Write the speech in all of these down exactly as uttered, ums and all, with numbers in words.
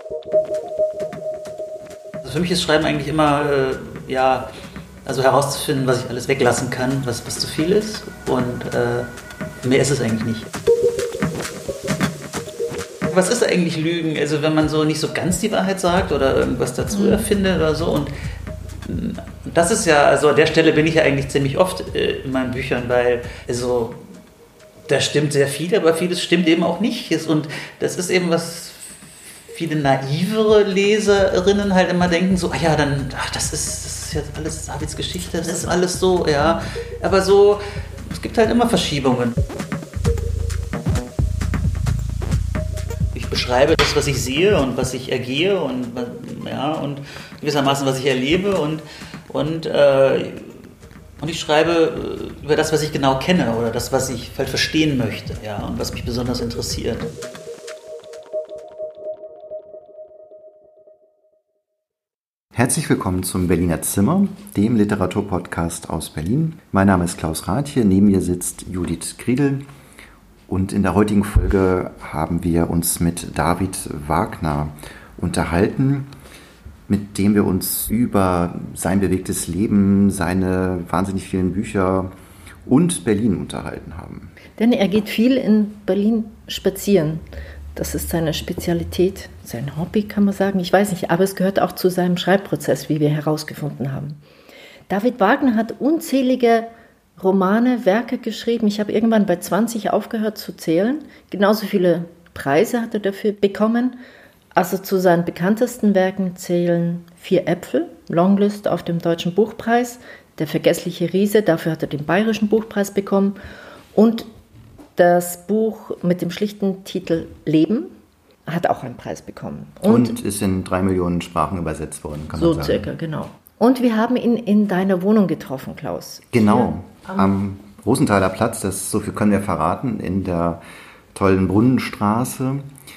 Also für mich ist Schreiben eigentlich immer, äh, ja, also herauszufinden, was ich alles weglassen kann, was, was zu viel ist, und äh, mehr ist es eigentlich nicht. Was ist eigentlich Lügen? Also wenn man so nicht so ganz die Wahrheit sagt oder irgendwas dazu erfindet oder so, und das ist ja, also an der Stelle bin ich ja eigentlich ziemlich oft äh, in meinen Büchern, weil also da stimmt sehr viel, aber vieles stimmt eben auch nicht. Und das ist eben, was viele naivere Leserinnen halt immer denken, so, ah ja, dann, ach, das ist, das ist jetzt alles Davids Geschichte, das ist alles so, ja. Aber so, es gibt halt immer Verschiebungen. Ich beschreibe das, was ich sehe und was ich ergehe und, ja, und gewissermaßen, was ich erlebe, und, und, äh, und ich schreibe über das, was ich genau kenne oder das, was ich halt verstehen möchte, ja, und was mich besonders interessiert. Herzlich willkommen zum Berliner Zimmer, dem Literaturpodcast aus Berlin. Mein Name ist Klaus Rathje, neben mir sitzt Judith Kriedel. Und in der heutigen Folge haben wir uns mit David Wagner unterhalten, mit dem wir uns über sein bewegtes Leben, seine wahnsinnig vielen Bücher und Berlin unterhalten haben. Denn er geht viel in Berlin spazieren. Das ist seine Spezialität, sein Hobby, kann man sagen. Ich weiß nicht, aber es gehört auch zu seinem Schreibprozess, wie wir herausgefunden haben. David Wagner hat unzählige Romane, Werke geschrieben. Ich habe irgendwann bei zwanzig aufgehört zu zählen. Genauso viele Preise hat er dafür bekommen. Also zu seinen bekanntesten Werken zählen Vier Äpfel, Longlist auf dem Deutschen Buchpreis, Der vergessliche Riese, dafür hat er den Bayerischen Buchpreis bekommen, und das Buch mit dem schlichten Titel Leben hat auch einen Preis bekommen. Und, und ist in drei Millionen Sprachen übersetzt worden, kann so man sagen. So circa, genau. Und wir haben ihn in deiner Wohnung getroffen, Klaus. Genau, am, am Rosenthaler Platz, das, so viel können wir verraten, in der tollen Brunnenstraße,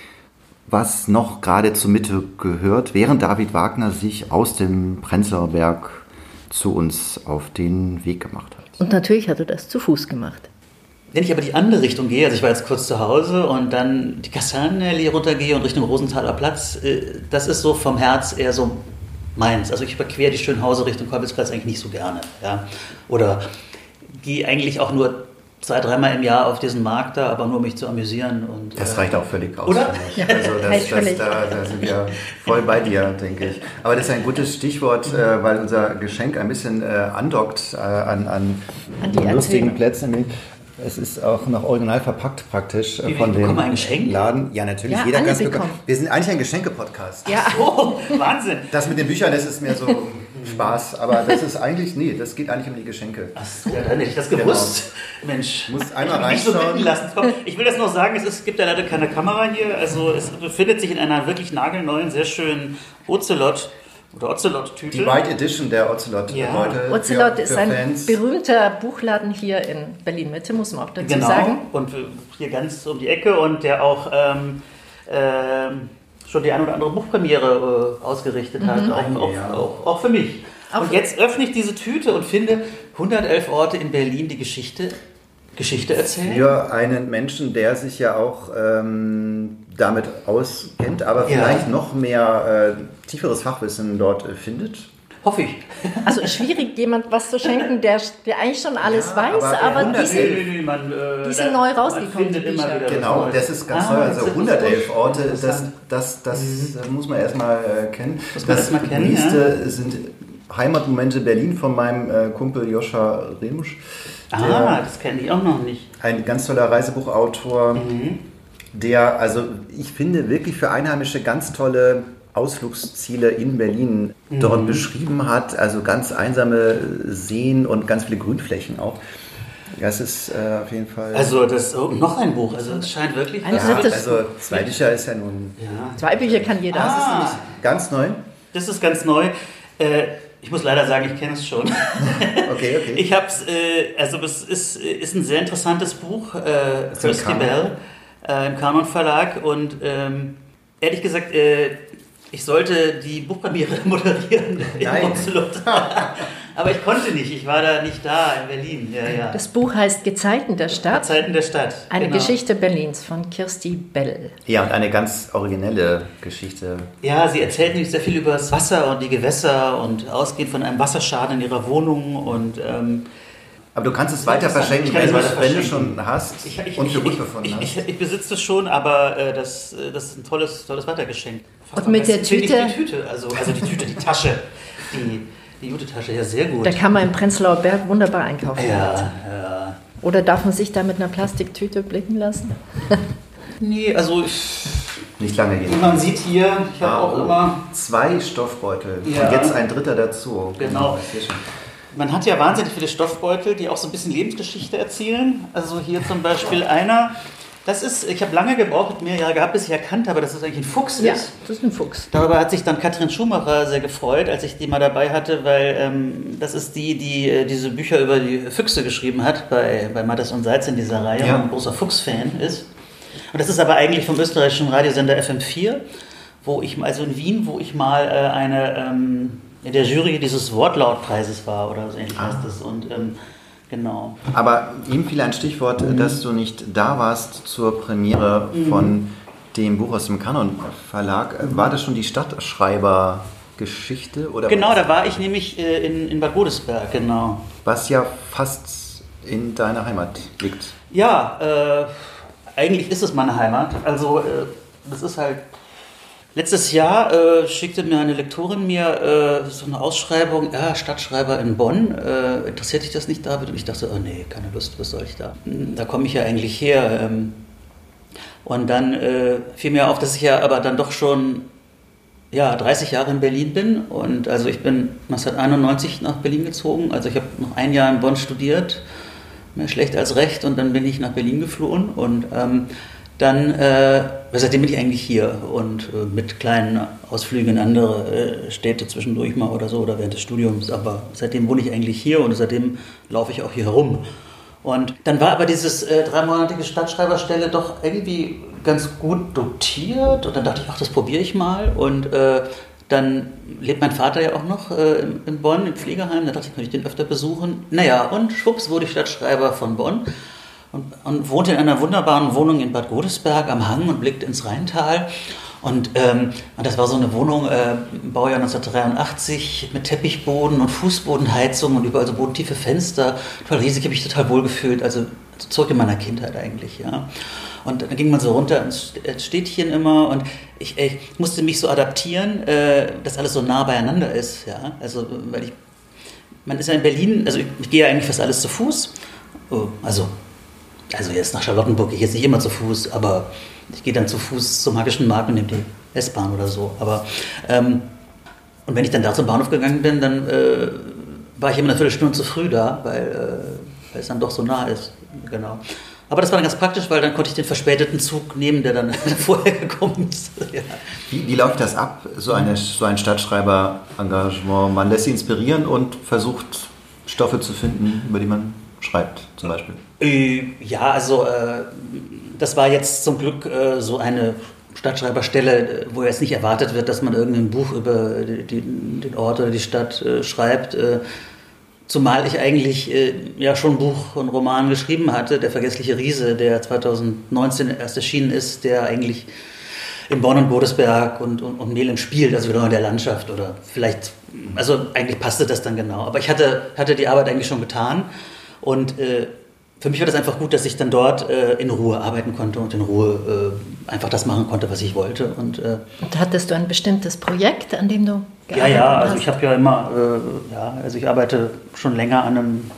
was noch gerade zur Mitte gehört, während David Wagner sich aus dem Prenzlauer Berg zu uns auf den Weg gemacht hat. Und natürlich hat er das zu Fuß gemacht. Wenn ich aber die andere Richtung gehe, also ich war jetzt kurz zu Hause und dann die Kastanienallee runtergehe und Richtung Rosenthaler Platz, das ist so vom Herz eher so meins. Also ich überquere die Schönhauser Richtung Kolbitzplatz eigentlich nicht so gerne. Ja? Oder gehe eigentlich auch nur zwei, dreimal im Jahr auf diesen Markt da, aber nur um mich zu amüsieren. Und, das äh, reicht auch völlig aus. Oder? Ja, also das, das, da, da sind wir voll bei dir, denke ich. Aber das ist ein gutes Stichwort, äh, weil unser Geschenk ein bisschen äh, andockt äh, an, an, an die lustigen Plätzen. Es ist auch noch original verpackt praktisch Wie, von dem ein Geschenk? Laden. Ja, natürlich. Ja, jeder kann es bekommen. Wir sind eigentlich ein Geschenke-Podcast. Ja. Oh, Wahnsinn. Das mit den Büchern, das ist mir so Spaß. Aber das ist eigentlich, nee, das geht eigentlich um die Geschenke. Ach, ja, dann hätte ich das gewusst. Genau. Mensch, muss einmal ich so reinschauen. bitten lassen. Komm, ich will das noch sagen, es, ist, es gibt ja leider keine Kamera hier. Also es befindet sich in einer wirklich nagelneuen, sehr schönen Ocelot oder Ocelot-Tüte. Die White Edition der Ocelot. Ja. Leute, Ocelot für, ist für ein Fans. berühmter Buchladen hier in Berlin-Mitte, muss man auch dazu genau. sagen. Und hier ganz um die Ecke, und der auch ähm, ähm, schon die eine oder andere Buchpremiere äh, ausgerichtet hat, Mhm. auch, auch, Ja. auch, auch für mich. Auch und jetzt öffne ich diese Tüte und finde hundertelf Orte in Berlin, die Geschichte, Geschichte erzählen. Für einen Menschen, der sich ja auch ähm, damit auskennt, aber Ja. vielleicht noch mehr äh, tieferes Fachwissen dort äh, findet. Hoffe ich. Also schwierig, jemand was zu schenken, der, der eigentlich schon alles Ja, weiß, aber aber, hundert- diese, Nee, nee, nee, man, äh, die sind da- neu man rausgekommen, findet die immer Bücher. wieder Genau, was das Neues. ist ganz Ah, neu. das Also ist hundertelf Orte, das, interessant. das, das, das muss man erstmal äh, kennen. Muss man Das erst mal kennen, nächste sind Heimatmomente Berlin von meinem äh, Kumpel Joscha Remusch. Ah, das kenne ich auch noch nicht. Ein ganz toller Reisebuchautor, Mhm. der, also ich finde, wirklich für Einheimische ganz tolle Ausflugsziele in Berlin Mhm. dort beschrieben hat. Also ganz einsame Seen und ganz viele Grünflächen auch. Das ist äh, auf jeden Fall... Also das oh, noch ein Buch. Also es scheint wirklich... Ein was- ja, drittes also zwei Bücher ist ja nun... ja. zwei Bücher kann jeder. Das ist Ah. nämlich ganz neu. Das ist ganz neu. Äh, ich muss leider sagen, ich kenne es schon. Okay, okay. Ich habe es, äh, also es ist, ist ein sehr interessantes Buch, äh, Ist im Christy Kanon. Bell, äh, im Kanon Verlag, und ähm, ehrlich gesagt, äh, ich sollte die Buchpremiere moderieren in Nein. Ocelot. Aber ich konnte nicht, ich war da nicht da in Berlin. Ja, ja. Das Buch heißt Gezeiten der Stadt. Gezeiten der Stadt. Eine genau. Geschichte Berlins von Kirsti Bell. Ja, und eine ganz originelle Geschichte. Ja, sie erzählt nämlich sehr viel über das Wasser und die Gewässer und ausgehend von einem Wasserschaden in ihrer Wohnung und... Ähm, aber du kannst es weiter verschenken, wenn, weiter wenn du verschenken. schon hast ich, ich, und für gut ich, befunden ich, hast. Ich, ich, ich besitze es schon, aber äh, das, das ist ein tolles, tolles Weitergeschenk. Und mit der Tüte? Die Tüte, also, also die Tüte, die Tasche, die, die Jute-Tasche, ja sehr gut. Da kann man im Prenzlauer Berg wunderbar einkaufen. Ja, ja. Oder darf man sich da mit einer Plastiktüte blicken lassen? Nee, also ich, nicht lange gehen. Wie man sieht hier, ich habe auch immer... Zwei Stoffbeutel Ja. und jetzt ein dritter dazu. Genau. Man hat ja wahnsinnig viele Stoffbeutel, die auch so ein bisschen Lebensgeschichte erzählen. Also hier zum Beispiel einer, das ist, ich habe lange gebraucht, mehrere Jahre gehabt, bis ich erkannt habe, dass das eigentlich ein Fuchs Ja, ist. das ist ein Fuchs. Darüber hat sich dann Katrin Schumacher sehr gefreut, als ich die mal dabei hatte, weil ähm, das ist die, die äh, diese Bücher über die Füchse geschrieben hat, bei, bei Mattes und Salz in dieser Reihe, Ja. und ein großer Fuchs-Fan ist. Und das ist aber eigentlich vom österreichischen Radiosender F M vier, wo ich, also in Wien, wo ich mal äh, eine... Ähm, in der Jury dieses Wortlautpreises war oder so ähnlich Ah. heißt das. Und ähm, genau. Aber ihm fiel ein Stichwort, Mhm. dass du nicht da warst zur Premiere Mhm. von dem Buch aus dem Kanon Verlag. Mhm. War das schon die Stadtschreiber-Geschichte? Oder Genau, was? da war ich nämlich äh, in, in Bad Godesberg, genau. Was ja fast in deiner Heimat liegt. Ja, äh, eigentlich ist es meine Heimat. Also, äh, das ist halt. Letztes Jahr äh, schickte mir eine Lektorin mir äh, so eine Ausschreibung, ja, Stadtschreiber in Bonn, äh, interessiert dich das nicht, David? Und ich dachte, oh nee, keine Lust, was soll ich da? Da komme ich ja eigentlich her. Ähm, und dann äh, fiel mir auf, dass ich ja aber dann doch schon ja, dreißig Jahre in Berlin bin. Und also ich bin neunzehnhunderteinundneunzig nach Berlin gezogen. Also ich habe noch ein Jahr in Bonn studiert, mehr schlecht als recht, und dann bin ich nach Berlin geflohen und ähm, dann, äh, seitdem bin ich eigentlich hier und äh, mit kleinen Ausflügen in andere äh, Städte zwischendurch mal oder so oder während des Studiums, aber seitdem wohne ich eigentlich hier und seitdem laufe ich auch hier herum. Und dann war aber dieses äh, dreimonatige Stadtschreiberstelle doch irgendwie ganz gut dotiert und dann dachte ich, ach, das probiere ich mal und äh, dann lebt mein Vater ja auch noch äh, in, in Bonn im Pflegeheim, da dachte ich, könnte ich den öfter besuchen. Naja, und schwupps wurde ich Stadtschreiber von Bonn. Und, und wohnte in einer wunderbaren Wohnung in Bad Godesberg am Hang und blickte ins Rheintal. Und, ähm, und das war so eine Wohnung, äh, Baujahr neunzehnhundertdreiundachtzig, mit Teppichboden und Fußbodenheizung und überall so bodentiefe Fenster. Total riesig, habe ich total wohl gefühlt, also zurück in meiner Kindheit eigentlich, ja. Und dann ging man so runter ins Städtchen immer und ich, ich musste mich so adaptieren, äh, dass alles so nah beieinander ist, ja. Also, weil ich, man ist ja in Berlin, also ich, ich gehe ja eigentlich fast alles zu Fuß, oh, also Also jetzt nach Charlottenburg gehe ich jetzt nicht immer zu Fuß, aber ich gehe dann zu Fuß zum Magischen Markt und nehme die S-Bahn oder so. Aber ähm, und wenn ich dann da zum Bahnhof gegangen bin, dann äh, war ich immer eine Viertelstunde zu früh da, weil, äh, weil es dann doch so nah ist. Genau. Aber das war dann ganz praktisch, weil dann konnte ich den verspäteten Zug nehmen, der dann vorher gekommen ist. Ja. Wie, wie läuft das ab, so, eine, so ein Stadtschreiber-Engagement? Man lässt sich inspirieren und versucht Stoffe zu finden, über die man schreibt, zum Beispiel. Ja, also äh, das war jetzt zum Glück äh, so eine Stadtschreiberstelle, wo jetzt nicht erwartet wird, dass man irgendein Buch über die, die, den Ort oder die Stadt äh, schreibt. Äh, zumal ich eigentlich äh, ja schon ein Buch, einen Roman geschrieben hatte, Der vergessliche Riese, der zweitausendneunzehn erst erschienen ist, der eigentlich in Bonn und Godesberg und, und, und Mehlen spielt, also genau in der Landschaft oder vielleicht, also eigentlich passte das dann genau. Aber ich hatte, hatte die Arbeit eigentlich schon getan und äh, für mich war das einfach gut, dass ich dann dort äh, in Ruhe arbeiten konnte und in Ruhe äh, einfach das machen konnte, was ich wollte. Und, äh, und hattest du ein bestimmtes Projekt, an dem du gearbeitet hast? Ja, ja, also ich habe ja immer, äh, ja, also ich arbeite schon länger an einem,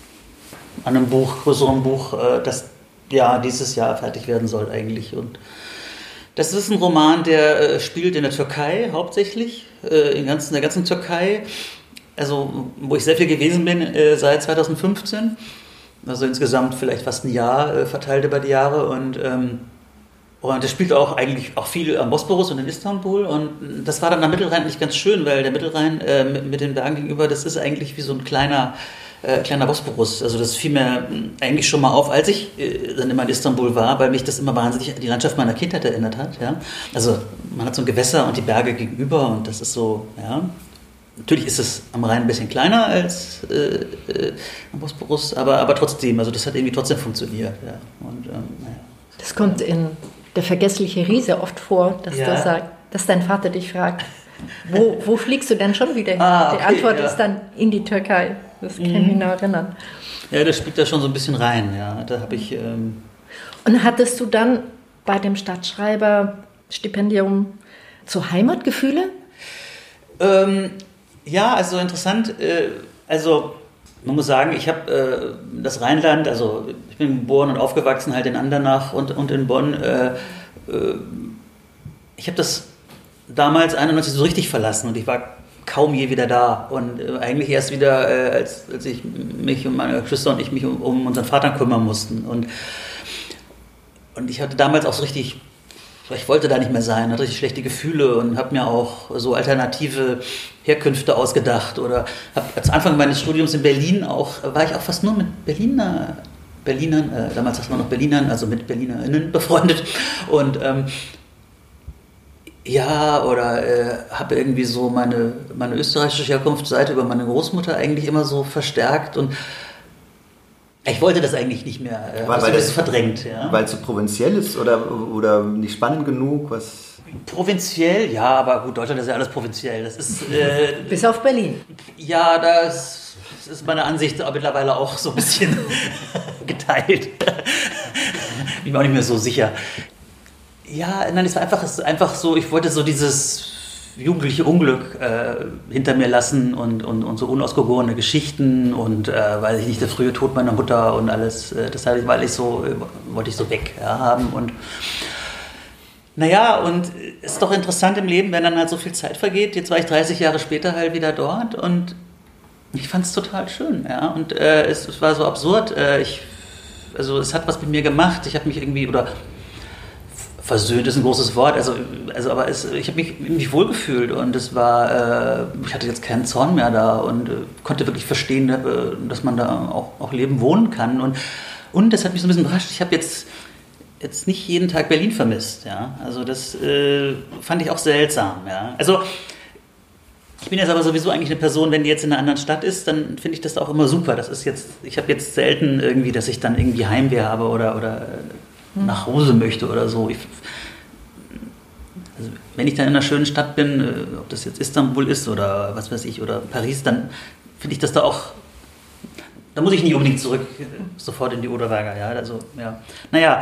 an einem Buch, größeren Buch, äh, das ja dieses Jahr fertig werden soll eigentlich. Und das ist ein Roman, der äh, spielt in der Türkei hauptsächlich, äh, in, ganz, in der ganzen Türkei, also wo ich sehr viel gewesen bin äh, seit zweitausendfünfzehn. Also insgesamt vielleicht fast ein Jahr äh, verteilt über die Jahre und ähm, und das spielt auch eigentlich auch viel am Bosporus und in Istanbul und das war dann am Mittelrhein nicht ganz schön, weil der Mittelrhein äh, mit, mit den Bergen gegenüber, das ist eigentlich wie so ein kleiner äh, kleiner Bosporus. Also das fiel mir eigentlich schon mal auf, als ich äh, dann immer in Istanbul war, weil mich das immer wahnsinnig an die Landschaft meiner Kindheit erinnert hat. Ja? Also man hat so ein Gewässer und die Berge gegenüber und das ist so, ja. natürlich ist es am Rhein ein bisschen kleiner als äh, äh, am Bosporus, aber, aber trotzdem, also das hat irgendwie trotzdem funktioniert. Ja. Und, ähm, naja. Das kommt in Der vergessliche Riese oft vor, dass, ja. der sagt, dass dein Vater dich fragt, wo, wo fliegst du denn schon wieder hin? Ah, okay, die Antwort ja. ist dann in die Türkei. Das kann ich mich noch erinnern. Ja, das spielt da schon so ein bisschen rein. Ja. Da habe ich... Ähm Und hattest du dann bei dem Stadtschreiber-Stipendium so Heimatgefühle? Ähm, ja, also interessant. Äh, also man muss sagen, ich habe äh, das Rheinland, also ich bin geboren und aufgewachsen halt in Andernach und, und in Bonn. Äh, äh, ich habe das damals einundneunzig so richtig verlassen und ich war kaum je wieder da. Und äh, eigentlich erst wieder, äh, als, als ich mich und meine Geschwister und ich mich um, um unseren Vater kümmern mussten. Und, und ich hatte damals auch so richtig... Ich wollte da nicht mehr sein, hatte richtig schlechte Gefühle und habe mir auch so alternative Herkünfte ausgedacht. Oder hab, als Anfang meines Studiums in Berlin auch, war ich auch fast nur mit Berliner, Berlinern, äh, damals sagt man noch Berlinern, also mit BerlinerInnen befreundet. Und ähm, ja, oder äh, habe irgendwie so meine, meine österreichische Herkunftsseite über meine Großmutter eigentlich immer so verstärkt und ich wollte das eigentlich nicht mehr, äh, weil, weil das es verdrängt. Ja. Weil es so provinziell ist oder, oder nicht spannend genug? Was? Provinziell, ja, aber gut, Deutschland ist ja alles provinziell. Das ist, äh, Bis auf Berlin. Ja, das, das ist meine Ansicht mittlerweile auch so ein bisschen geteilt. Bin mir auch nicht mehr so sicher. Ja, nein, es war einfach, es war einfach so, ich wollte so dieses jugendliche Unglück äh, hinter mir lassen und, und, und so unausgegorene Geschichten und äh, weiß ich nicht, der frühe Tod meiner Mutter und alles, äh, das hatte ich, weil ich so, äh, wollte ich so weg ja, haben und naja, und es ist doch interessant im Leben, wenn dann halt so viel Zeit vergeht. Jetzt war ich dreißig Jahre später halt wieder dort und ich fand es total schön, ja, und äh, es, es war so absurd, äh, ich, also es hat was mit mir gemacht, ich habe mich irgendwie, oder versöhnt ist ein großes Wort, also, also aber es, ich habe mich irgendwie wohlgefühlt und es war, äh, ich hatte jetzt keinen Zorn mehr da und äh, konnte wirklich verstehen, äh, dass man da auch, auch leben, wohnen kann und, und das hat mich so ein bisschen überrascht, ich habe jetzt, jetzt nicht jeden Tag Berlin vermisst, ja, also das äh, fand ich auch seltsam, ja, also ich bin jetzt aber sowieso eigentlich eine Person, wenn die jetzt in einer anderen Stadt ist, dann finde ich das auch immer super, das ist jetzt, ich habe jetzt selten irgendwie, dass ich dann irgendwie Heimweh habe oder, oder nach Hause möchte oder so. Ich, also wenn ich dann in einer schönen Stadt bin, ob das jetzt Istanbul ist oder was weiß ich, oder Paris, dann finde ich das da auch, da muss ich nicht unbedingt zurück, sofort in die Oderberger, ja, also, ja. Naja,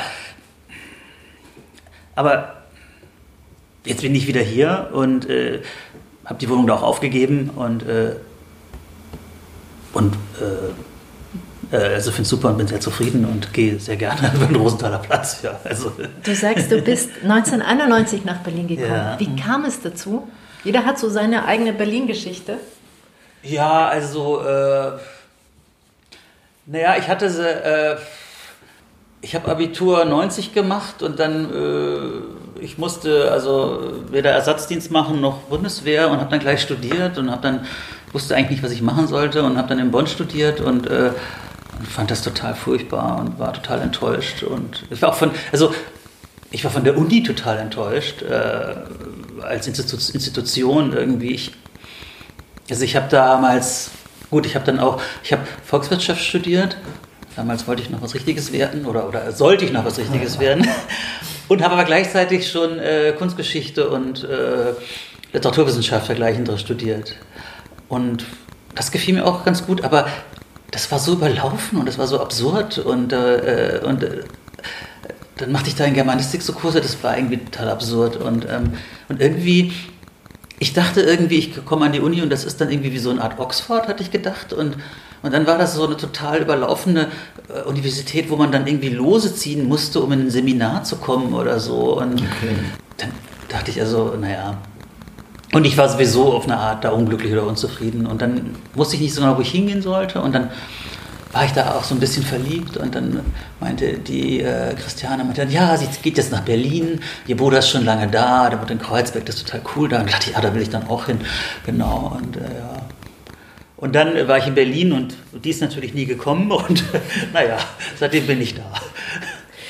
aber jetzt bin ich wieder hier und äh, habe die Wohnung da auch aufgegeben und äh, und äh, Also finde es super und bin sehr zufrieden und gehe sehr gerne über den Rosenthaler Platz. Ja, also. Du sagst, du bist neunzehnhunderteinundneunzig nach Berlin gekommen. Ja. Wie kam es dazu? Jeder hat so seine eigene Berlin-Geschichte. Ja, also, äh, naja, ich hatte sie, äh, ich habe Abitur neunzig gemacht und dann, äh, ich musste also weder Ersatzdienst machen noch Bundeswehr und habe dann gleich studiert und habe dann, wusste eigentlich nicht, was ich machen sollte und habe dann in Bonn studiert und äh, und fand das total furchtbar und war total enttäuscht und ich war auch von, also ich war von der Uni total enttäuscht äh, als Institu- Institution irgendwie. Ich, also ich habe damals, gut, ich habe dann auch, ich habe Volkswirtschaft studiert. Damals wollte ich noch was Richtiges werden oder oder sollte ich noch was Richtiges werden und habe aber gleichzeitig schon äh, Kunstgeschichte und äh, Literaturwissenschaft vergleichend studiert und das gefiel mir auch ganz gut, aber das war so überlaufen und das war so absurd und, äh, und äh, dann machte ich da in Germanistik so Kurse, das war irgendwie total absurd und, ähm, und irgendwie, ich dachte irgendwie, ich komme an die Uni und das ist dann irgendwie wie so eine Art Oxford, hatte ich gedacht und, und dann war das so eine total überlaufene äh, Universität, wo man dann irgendwie Lose ziehen musste, um in ein Seminar zu kommen oder so und okay. Dann dachte ich also, naja, und ich war sowieso auf eine Art da unglücklich oder unzufrieden und dann wusste ich nicht so genau, wo ich hingehen sollte und dann war ich da auch so ein bisschen verliebt und dann meinte die äh, Christiane, meinte dann, ja, sie geht jetzt nach Berlin, ihr Bruder ist schon lange da, der wohnt in Kreuzberg, das ist total cool da und dachte ich, ja, da will ich dann auch hin, genau und äh, ja. Und dann äh, war ich in Berlin und die ist natürlich nie gekommen und naja, seitdem bin ich da.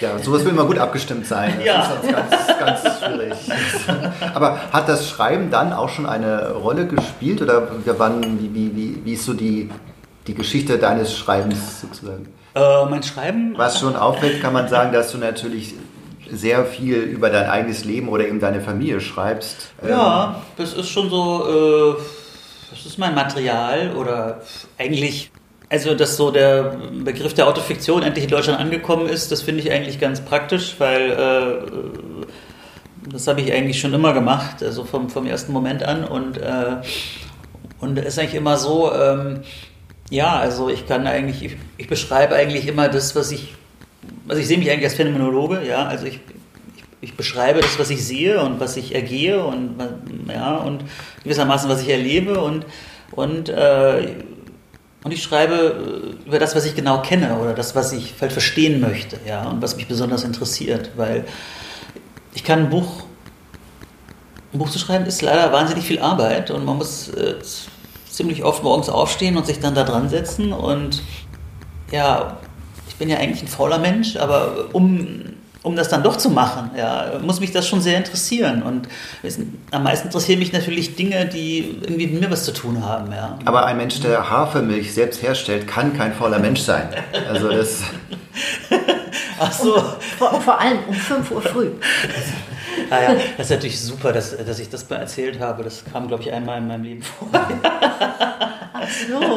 Ja, sowas will immer gut abgestimmt sein. Das Ja. ist sonst ganz, ganz schwierig. Aber hat das Schreiben dann auch schon eine Rolle gespielt? Oder wann, wie, wie, wie, wie ist so die, die Geschichte deines Schreibens sozusagen? Äh, mein Schreiben... Was schon auffällt, kann man sagen, dass du natürlich sehr viel über dein eigenes Leben oder eben deine Familie schreibst. Ja, das ist schon so, äh, das ist mein Material oder eigentlich, also dass so der Begriff der Autofiktion endlich in Deutschland angekommen ist, das finde ich eigentlich ganz praktisch, weil äh, das habe ich eigentlich schon immer gemacht, also vom, vom ersten Moment an und, äh, und es ist eigentlich immer so, ähm, ja, also ich kann eigentlich, ich, ich beschreibe eigentlich immer das, was ich Also ich sehe mich eigentlich als Phänomenologe, ja, also ich, ich, ich beschreibe das, was ich sehe und was ich ergehe und, ja, und gewissermaßen, was ich erlebe und, und, äh, und ich schreibe über das, was ich genau kenne oder das, was ich halt verstehen möchte, ja, und was mich besonders interessiert, weil ich kann ein Buch, ein Buch zu schreiben ist leider wahnsinnig viel Arbeit und man muss äh, ziemlich oft morgens aufstehen und sich dann da dran setzen und ja, ich bin ja eigentlich ein fauler Mensch, aber um, um das dann doch zu machen, ja, muss mich das schon sehr interessieren. Und es, am meisten interessieren mich natürlich Dinge, die irgendwie mit mir was zu tun haben. Ja. Aber ein Mensch, der Hafermilch selbst herstellt, kann kein fauler Mensch sein. Also das... Ach so. Und vor, vor allem um fünf Uhr früh. Ah ja, das ist natürlich super, dass, dass ich das mal erzählt habe. Das kam, glaube ich, einmal in meinem Leben vor. Ach so.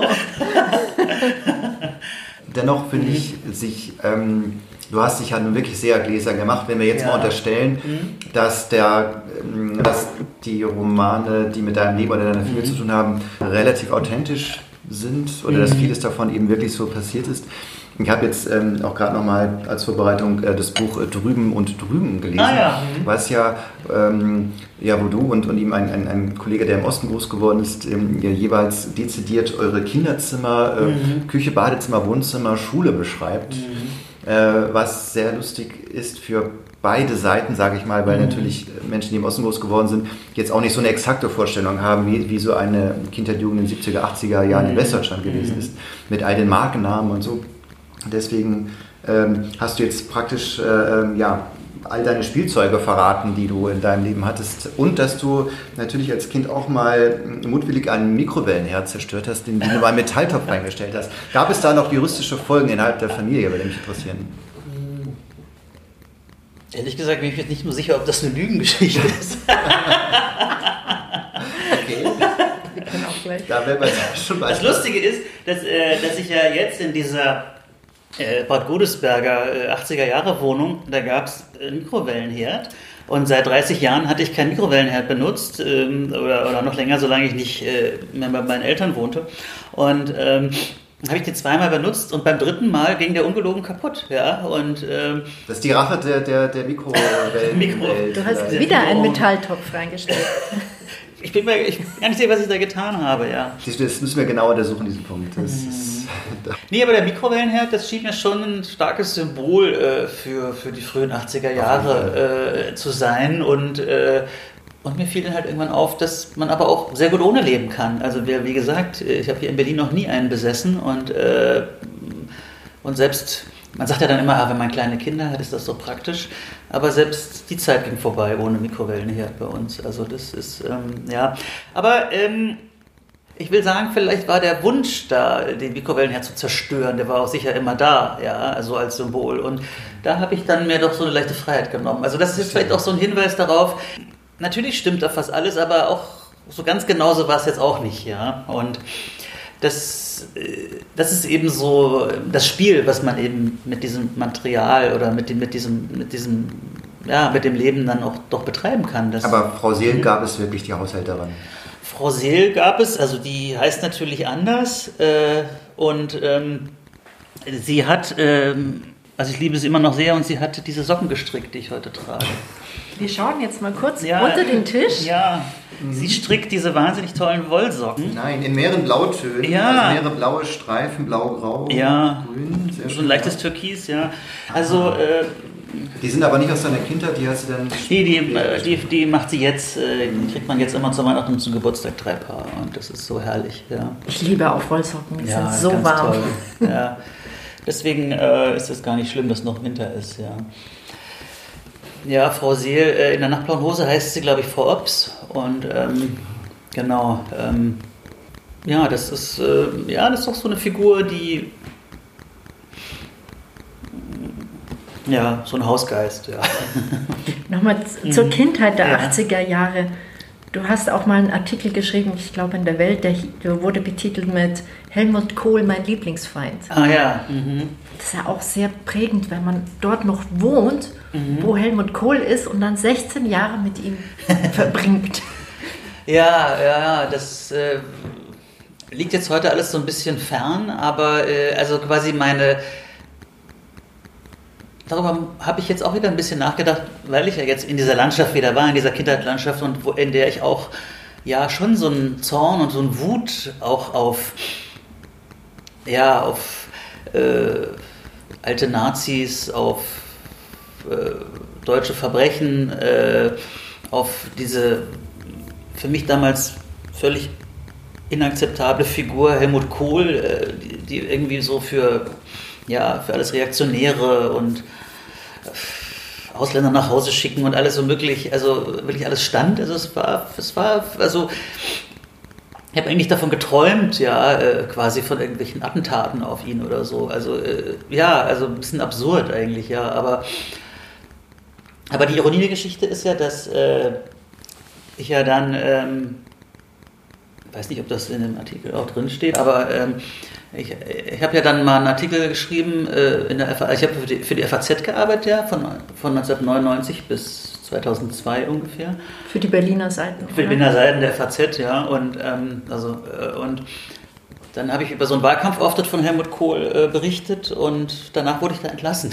Dennoch finde ich sich, ähm, du hast dich ja nun wirklich sehr gläsern gemacht, wenn wir jetzt Ja. mal unterstellen, mhm. dass, der, ähm, dass die Romane, die mit deinem Leben oder deiner Familie mhm. zu tun haben, relativ authentisch sind oder mhm. dass vieles davon eben wirklich so passiert ist. Ich habe jetzt ähm, auch gerade nochmal als Vorbereitung äh, das Buch äh, Drüben und Drüben gelesen, ah, ja. mhm. was ja, ähm, ja, wo du und, und ihm ein, ein, ein Kollege, der im Osten groß geworden ist, ähm, ja, jeweils dezidiert eure Kinderzimmer, äh, mhm. Küche, Badezimmer, Wohnzimmer, Schule beschreibt, mhm. äh, was sehr lustig ist für beide Seiten, sage ich mal, weil mhm. natürlich Menschen, die im Osten groß geworden sind, jetzt auch nicht so eine exakte Vorstellung haben, wie, wie so eine Kindheit, Jugend in den siebziger, achtziger Jahren mhm. in Westdeutschland gewesen mhm. ist, mit all den Markennamen und so. Deswegen ähm, hast du jetzt praktisch äh, ja, all deine Spielzeuge verraten, die du in deinem Leben hattest. Und dass du natürlich als Kind auch mal mutwillig einen Mikrowellenherd zerstört hast, den du mal einen Metalltopf reingestellt hast. Gab es da noch juristische Folgen innerhalb der Familie, würde mich interessieren? Ehrlich gesagt bin ich jetzt nicht nur sicher, ob das eine Lügengeschichte ist. Okay. Wir können auch gleich. Da wäre man schon Das Lustige ist, dass, äh, dass ich ja jetzt in dieser äh, Bad Godesberger äh, achtziger-Jahre-Wohnung, da gab es einen Mikrowellenherd. Und seit dreißig Jahren hatte ich keinen Mikrowellenherd benutzt ähm, oder, oder noch länger, solange ich nicht äh, mehr bei meinen Eltern wohnte. Und ähm, habe ich den zweimal benutzt und beim dritten Mal ging der ungelogen kaputt. Ja? Und, ähm, das ist die Rache der, der, der Mikrowellen. Mikro. Du hast wieder einen Metalltopf reingestellt. Ich bin mir ich bin gar nicht sicher, was ich da getan habe, ja. Das müssen wir genauer untersuchen, diesen Punkt. Das mhm. ist, nee, aber der Mikrowellenherd, das schien mir schon ein starkes Symbol äh, für, für die frühen achtziger Jahre äh, zu sein. Und, äh, und mir fiel dann halt irgendwann auf, dass man aber auch sehr gut ohne leben kann. Also wie gesagt, ich habe hier in Berlin noch nie einen besessen. Und, äh, und selbst, man sagt ja dann immer, wenn man kleine Kinder hat, ist das so praktisch. Aber selbst die Zeit ging vorbei ohne Mikrowellenherd bei uns. Also das ist, ähm, ja. Aber ähm, ich will sagen, vielleicht war der Wunsch da, den Mikrowellenherd zu zerstören, der war auch sicher immer da, ja, also als Symbol. Und da habe ich dann mir doch so eine leichte Freiheit genommen. Also das ist vielleicht auch so ein Hinweis darauf, natürlich stimmt da fast alles, aber auch so ganz genauso war es jetzt auch nicht, ja. Und das, das ist eben so das Spiel, was man eben mit diesem Material oder mit dem, mit diesem, mit diesem, ja, mit dem Leben dann auch doch betreiben kann. Das, aber Frau Seel gab es wirklich die Haushälterin? Frau Seel gab es, also die heißt natürlich anders äh, und ähm, sie hat, ähm, also ich liebe sie immer noch sehr und sie hat diese Socken gestrickt, die ich heute trage. Wir schauen jetzt mal kurz ja, unter den Tisch. Ja, mhm. Sie strickt diese wahnsinnig tollen Wollsocken. Nein, in mehreren Blautönen, ja. also mehrere blaue Streifen, blau-grau, ja. grün. Sehr schön, so ein leichtes ja. Türkis, ja. Also... Äh, die sind aber nicht aus deiner Kindheit, die hast du dann... Nee, die, die, die macht sie jetzt, die kriegt man jetzt immer zu Weihnachten und zum Geburtstag drei Paar und das ist so herrlich, ja. Ich liebe auch Wollsocken, die ja, sind so ganz warm. Toll. Ja. Deswegen äh, ist es gar nicht schlimm, dass noch Winter ist, ja. Ja, Frau Seel, äh, in der nachtblauen Hose heißt sie, glaube ich, Frau Ops. Und ähm, genau, ähm, ja, das ist, äh, ja, das ist doch so eine Figur, die, ja, so ein Hausgeist, ja. Nochmal z- zur Kindheit der Ja. achtziger Jahre. Du hast auch mal einen Artikel geschrieben, ich glaube in der Welt, der, hi- der wurde betitelt mit Helmut Kohl, mein Lieblingsfeind. Ah ja, mhm. Das ist ja auch sehr prägend, wenn man dort noch wohnt, mhm. wo Helmut Kohl ist und dann sechzehn Jahre mit ihm verbringt. Ja, ja, das äh, liegt jetzt heute alles so ein bisschen fern, aber äh, also quasi meine, darüber habe ich jetzt auch wieder ein bisschen nachgedacht, weil ich ja jetzt in dieser Landschaft wieder war, in dieser Kindheitslandschaft und wo, in der ich auch ja schon so einen Zorn und so einen Wut auch auf, ja, auf äh, alte Nazis, auf äh, deutsche Verbrechen, äh, auf diese für mich damals völlig inakzeptable Figur Helmut Kohl, äh, die, die irgendwie so für, ja, für alles Reaktionäre und äh, Ausländer nach Hause schicken und alles so möglich, also wirklich alles stand. Also es war, es war, also ich habe eigentlich davon geträumt, ja, äh, quasi von irgendwelchen Attentaten auf ihn oder so. Also äh, ja, also ein bisschen absurd eigentlich, ja, aber aber die Ironie der Geschichte ist ja, dass äh, ich ja dann, ähm, weiß nicht, ob das in dem Artikel auch drin steht, aber ähm, ich, ich habe ja dann mal einen Artikel geschrieben, äh, in der F A, ich habe für die, für die F A Z gearbeitet, ja, von, von neunzehnhundertneunundneunzig bis zweitausendzwei ungefähr. Für die Berliner Seiten. Für die Berliner Seiten der F A Z, ja, und, ähm, also, äh, und dann habe ich über so einen Wahlkampfauftritt von Helmut Kohl äh, berichtet und danach wurde ich da entlassen.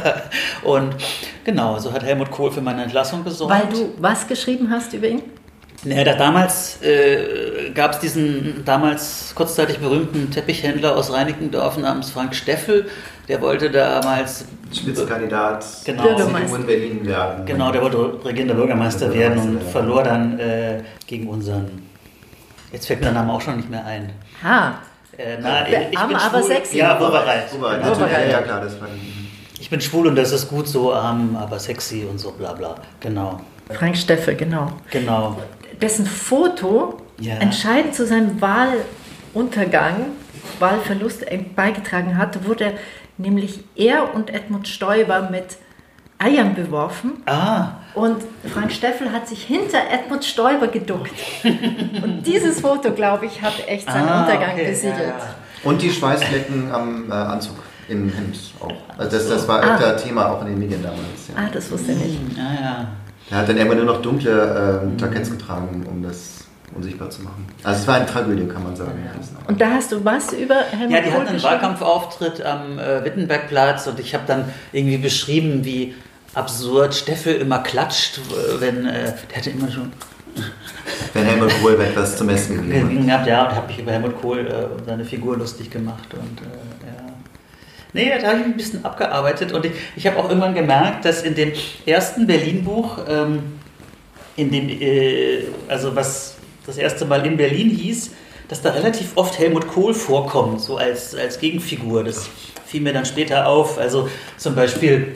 Und genau, so hat Helmut Kohl für meine Entlassung gesorgt. Weil du was geschrieben hast über ihn? Naja, da damals äh, gab es diesen damals kurzzeitig berühmten Teppichhändler aus Reinickendorf namens Frank Steffel, der wollte damals Spitzenkandidat genau, C D U in Berlin werden. Genau, der wollte regierender Bürgermeister, Bürgermeister werden und ja. verlor dann äh, gegen unseren, jetzt fällt mir der Name auch schon nicht mehr ein. Ha. Äh, na, ich, ich arm, bin aber schwul. sexy. Ja, Oberreit. Oberreit, genau. ja, ja, klar, das war ich bin schwul und das ist gut so, arm, aber sexy und so, bla bla. Genau. Frank Steffel, genau. Genau. Dessen Foto ja. entscheidend zu seinem Wahluntergang, Wahlverlust beigetragen hat, wurde nämlich er und Edmund Stoiber mit Eiern beworfen. Ah. Und Frank Steffel hat sich hinter Edmund Stoiber geduckt. Und dieses Foto, glaube ich, hat echt seinen ah, Untergang okay. besiegelt. Ja, ja. Und die Schweißflecken am äh, Anzug im Hemd auch. Also das, das war öfter ah. Thema auch in den Medien damals. Ja. Ah, das wusste ich nicht. Ah, ja. Er hat dann irgendwann nur noch dunkle äh, Jacketts getragen, um das unsichtbar zu machen. Also es war eine Tragödie, kann man sagen. Ja. Und da hast du was über Helmut Kohl Ja, die hatten einen Wahlkampfauftritt am äh, Wittenbergplatz und ich habe dann irgendwie beschrieben, wie absurd Steffel immer klatscht, wenn, äh, der hatte immer schon... Wenn Helmut Kohl etwas zum Essen gegeben hat. Ja, und habe mich über Helmut Kohl äh, und seine Figur lustig gemacht und äh, ja... Nee, da habe ich ein bisschen abgearbeitet und ich, ich habe auch irgendwann gemerkt, dass in dem ersten Berlin-Buch, ähm, in dem, äh, also was das erste Mal in Berlin hieß, dass da relativ oft Helmut Kohl vorkommt, so als, als Gegenfigur. Das fiel mir dann später auf. Also zum Beispiel,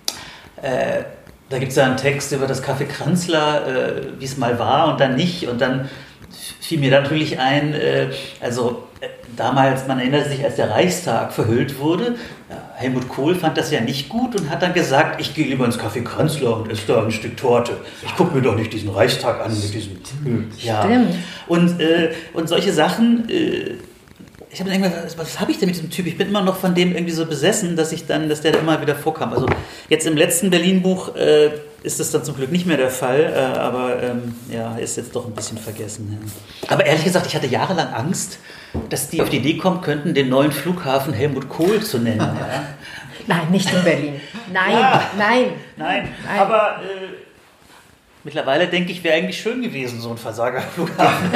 äh, da gibt es ja einen Text über das Café Kranzler, äh, wie es mal war und dann nicht. Und dann fiel mir natürlich ein, äh, also äh, damals, man erinnert sich, als der Reichstag verhüllt wurde, ja, Helmut Kohl fand das ja nicht gut und hat dann gesagt, ich gehe lieber ins Café Kranzler und esse da ein Stück Torte. Ich gucke mir doch nicht diesen Reichstag an mit diesem... Stimmt. Ja. Stimmt. Und, äh, und solche Sachen... Äh, ich habe dann irgendwann, was, was habe ich denn mit diesem Typ? Ich bin immer noch von dem irgendwie so besessen, dass ich dann, dass der immer wieder vorkam. Also jetzt im letzten Berlin-Buch äh, ist das dann zum Glück nicht mehr der Fall, äh, aber ähm, ja, ist jetzt doch ein bisschen vergessen. Ja. Aber ehrlich gesagt, ich hatte jahrelang Angst, dass die auf die Idee kommen könnten, den neuen Flughafen Helmut Kohl zu nennen. Ja. Nein, nicht in Berlin. Nein, ja. nein, nein. Nein. Aber äh, mittlerweile denke ich, wäre eigentlich schön gewesen, so ein Versagerflughafen.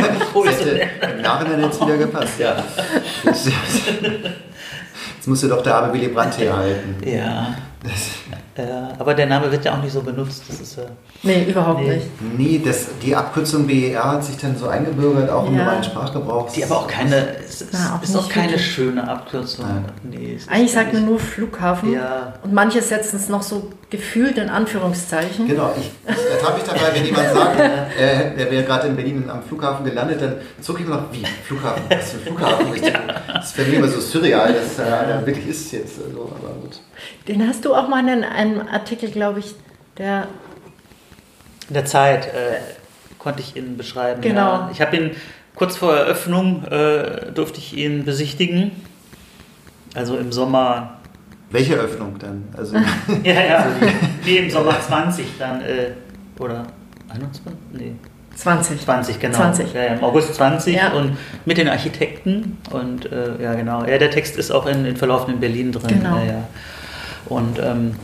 Im Nachhinein hätte es wieder gepasst, ja. Jetzt musst du doch der arme Willy Brandt herhalten. Ja. Ja, aber der Name wird ja auch nicht so benutzt. Das ist ja. Nee, überhaupt nee. nicht. Nee, das, die Abkürzung B E R hat sich dann so eingebürgert, auch im Ja. normalen Sprachgebrauch. Die aber auch keine, es ist, Na, auch ist auch nicht keine wirklich. schöne Abkürzung. Nein. Nee, es ist Eigentlich gar sagt man nicht- nur Flughafen Ja. und manche setzen es noch so gefühlt in Anführungszeichen. Genau, ich ertappe mich dabei, wenn jemand sagt, äh, er wäre gerade in Berlin am Flughafen gelandet, dann zucke ich immer noch, wie, Flughafen, was für ein Flughafen? Ich denke, das ist für mich immer so surreal, dass äh, einer wirklich ist jetzt. Also, aber gut. Den hast du auch mal in einem Artikel, glaube ich, der... In der Zeit äh, konnte ich ihn beschreiben. Genau. Ja. Ich habe ihn kurz vor Eröffnung äh, durfte ich ihn besichtigen. Also im Sommer. Welche Öffnung dann? Also, Ja, ja. Nee, im Sommer zwanzig dann. Äh, oder einundzwanzig? Nee. zwanzig. zwanzig, genau. zwanzig. Ja, ja, im August zwanzig Ja. und mit den Architekten. Und äh, ja, genau. Ja, der Text ist auch in, in Verlauf in Berlin drin. Genau. Ja, ja. Und ähm,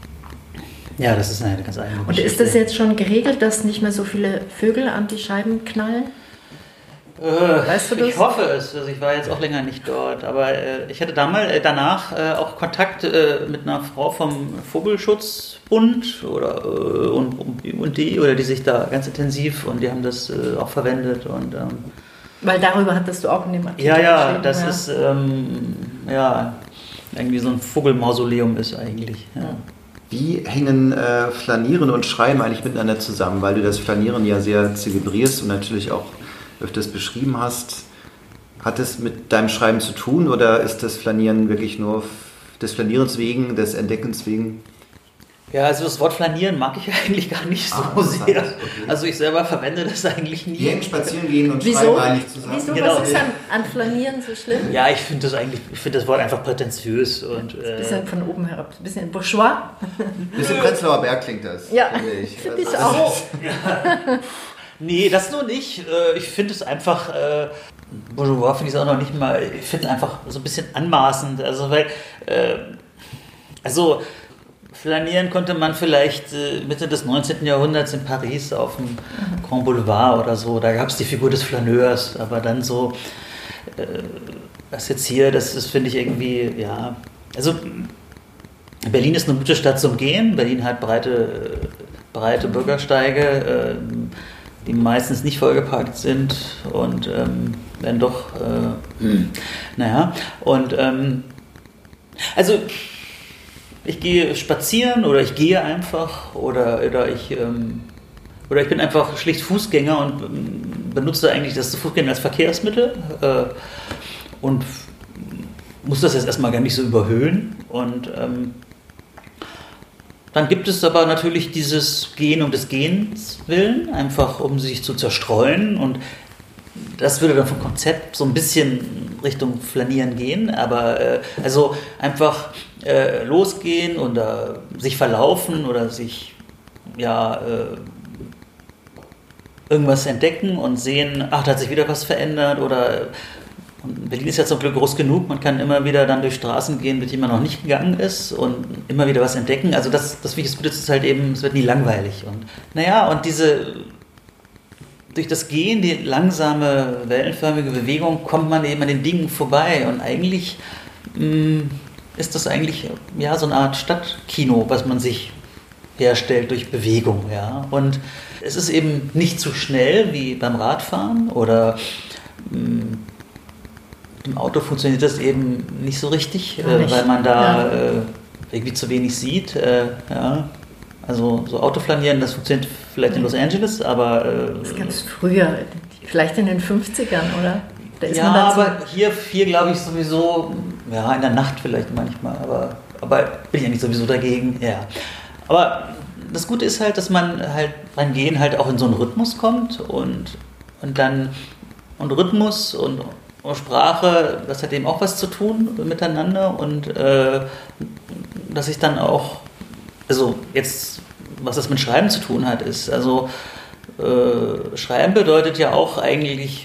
ja, das ist eine ganz eigene Und Geschichte. ist das jetzt schon geregelt, dass nicht mehr so viele Vögel an die Scheiben knallen? Äh, Weißt du das? Ich hoffe es. Also ich war jetzt auch länger nicht dort, aber äh, ich hatte damals äh, danach äh, auch Kontakt äh, mit einer Frau vom Vogelschutzbund oder äh, und, und die oder die sich da ganz intensiv und die haben das äh, auch verwendet und ähm, Weil darüber hattest du auch in dem Artikel ja ja geschrieben, das ja. ist ähm, ja irgendwie so ein Vogelmausoleum ist eigentlich. Ja. wie hängen äh, Flanieren und Schreiben eigentlich miteinander zusammen? Weil du das Flanieren ja sehr zelebrierst und natürlich auch öfters beschrieben hast. Hat es mit deinem Schreiben zu tun oder ist das Flanieren wirklich nur des Flanierens wegen, des Entdeckens wegen? Ja, also das Wort Flanieren mag ich eigentlich gar nicht so Ah, sehr. okay. Also ich selber verwende das eigentlich nie. Die hängen spazieren gehen und Wieso? schreiben eigentlich zusammen. Wieso? Genau. Was ist an, an Flanieren so schlimm? Ja, ich finde das eigentlich, ich finde das Wort einfach prätentiös und Ein äh, bisschen von oben herab, ein bisschen bourgeois. Bisschen Prenzlauer Berg klingt das. Ja, finde ich. finde ich Also, auch. nee, das nur nicht. Äh, Ich finde es einfach, äh, Bourgeois finde ich es auch noch nicht mal, ich finde es einfach so ein bisschen anmaßend. Also, weil, äh, also, flanieren konnte man vielleicht äh, Mitte des neunzehnten Jahrhunderts in Paris auf dem Grand Boulevard oder so. Da gab es die Figur des Flaneurs, aber dann so, äh, das jetzt hier, das, das finde ich irgendwie, ja, also, Berlin ist eine gute Stadt zum Gehen. Berlin hat breite, breite Bürgersteige, äh, die meistens nicht vollgeparkt sind und ähm, wenn doch, äh, naja, und ähm, also ich gehe spazieren oder ich gehe einfach oder, oder ich ähm, oder ich bin einfach schlicht Fußgänger und ähm, benutze eigentlich das Fußgänger als Verkehrsmittel äh, und muss das jetzt erstmal gar nicht so überhöhen und ähm, dann gibt es aber natürlich dieses Gehen um des Gehens willen, einfach um sich zu zerstreuen und das würde dann vom Konzept so ein bisschen Richtung Flanieren gehen, aber äh, also einfach äh, losgehen oder sich verlaufen oder sich ja äh, irgendwas entdecken und sehen, ach, da hat sich wieder was verändert oder und Berlin ist ja zum Glück groß genug, man kann immer wieder dann durch Straßen gehen, mit denen man noch nicht gegangen ist und immer wieder was entdecken. Also das, das Wichtigste ist halt eben, es wird nie langweilig. Und naja, und diese, durch das Gehen, die langsame, wellenförmige Bewegung, kommt man eben an den Dingen vorbei. Und eigentlich mh, ist das eigentlich ja, so eine Art Stadtkino, was man sich herstellt durch Bewegung. Ja. Und es ist eben nicht so schnell wie beim Radfahren oder mh, im Auto funktioniert das eben nicht so richtig, äh, weil man da ja. äh, irgendwie zu wenig sieht. Äh, ja. Also so Autoflanieren, das funktioniert vielleicht in Los Angeles, aber... Äh, das ist ganz früher, vielleicht in den fünfzigern, oder? Da ist ja, man dann so aber hier, hier glaube ich sowieso, ja, in der Nacht vielleicht manchmal, aber, aber bin ich eigentlich sowieso dagegen, ja. Aber das Gute ist halt, dass man halt beim Gehen halt auch in so einen Rhythmus kommt und, und dann und Rhythmus und Sprache, das hat eben auch was zu tun miteinander und äh, dass ich dann auch, also jetzt, was das mit Schreiben zu tun hat, ist, also äh, Schreiben bedeutet ja auch eigentlich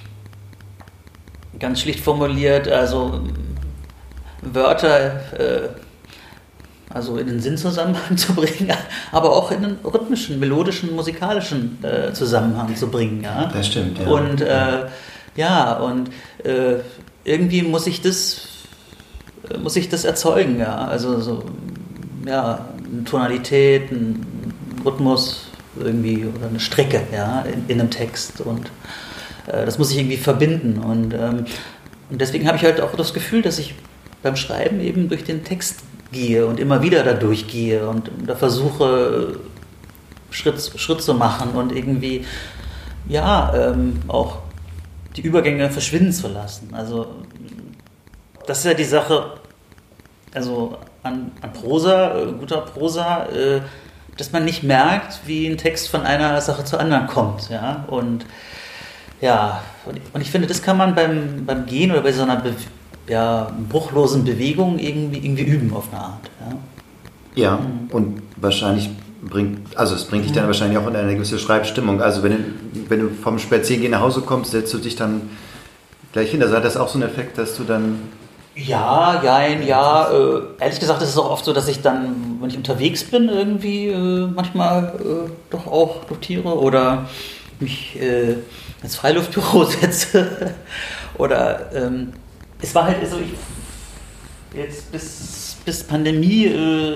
ganz schlicht formuliert, also Wörter äh, also in den Sinnzusammenhang zu bringen, aber auch in den rhythmischen, melodischen, musikalischen äh, Zusammenhang zu bringen. Ja? Das stimmt, ja. Und äh, ja, und äh, irgendwie muss ich das, muss ich das erzeugen, ja. Also so, ja, eine Tonalität, einen Rhythmus irgendwie oder eine Strecke, ja, in, in einem Text und äh, das muss ich irgendwie verbinden und, ähm, und deswegen habe ich halt auch das Gefühl, dass ich beim Schreiben eben durch den Text gehe und immer wieder da durchgehe und da versuche Schritt, Schritt zu machen und irgendwie ja ähm, auch die Übergänge verschwinden zu lassen. Also das ist ja die Sache, also an, an Prosa, äh, guter Prosa, äh, dass man nicht merkt, wie ein Text von einer Sache zur anderen kommt. Ja? Und ja, und, und ich finde, das kann man beim, beim Gehen oder bei so einer Be- ja, bruchlosen Bewegung irgendwie, irgendwie üben auf eine Art. Ja, ja mhm. Und wahrscheinlich bringt, also es bringt dich dann wahrscheinlich auch in eine gewisse Schreibstimmung. Also wenn du, wenn du vom Spazierengehen nach Hause kommst, setzt du dich dann gleich hin. Also hat das auch so einen Effekt, dass du dann... Ja, jein, ja. Äh, ehrlich gesagt ist es auch oft so, dass ich dann, wenn ich unterwegs bin, irgendwie äh, manchmal äh, doch auch notiere oder mich äh, ins Freiluftbüro setze. oder ähm, es war halt so, ich, jetzt bis, bis Pandemie äh,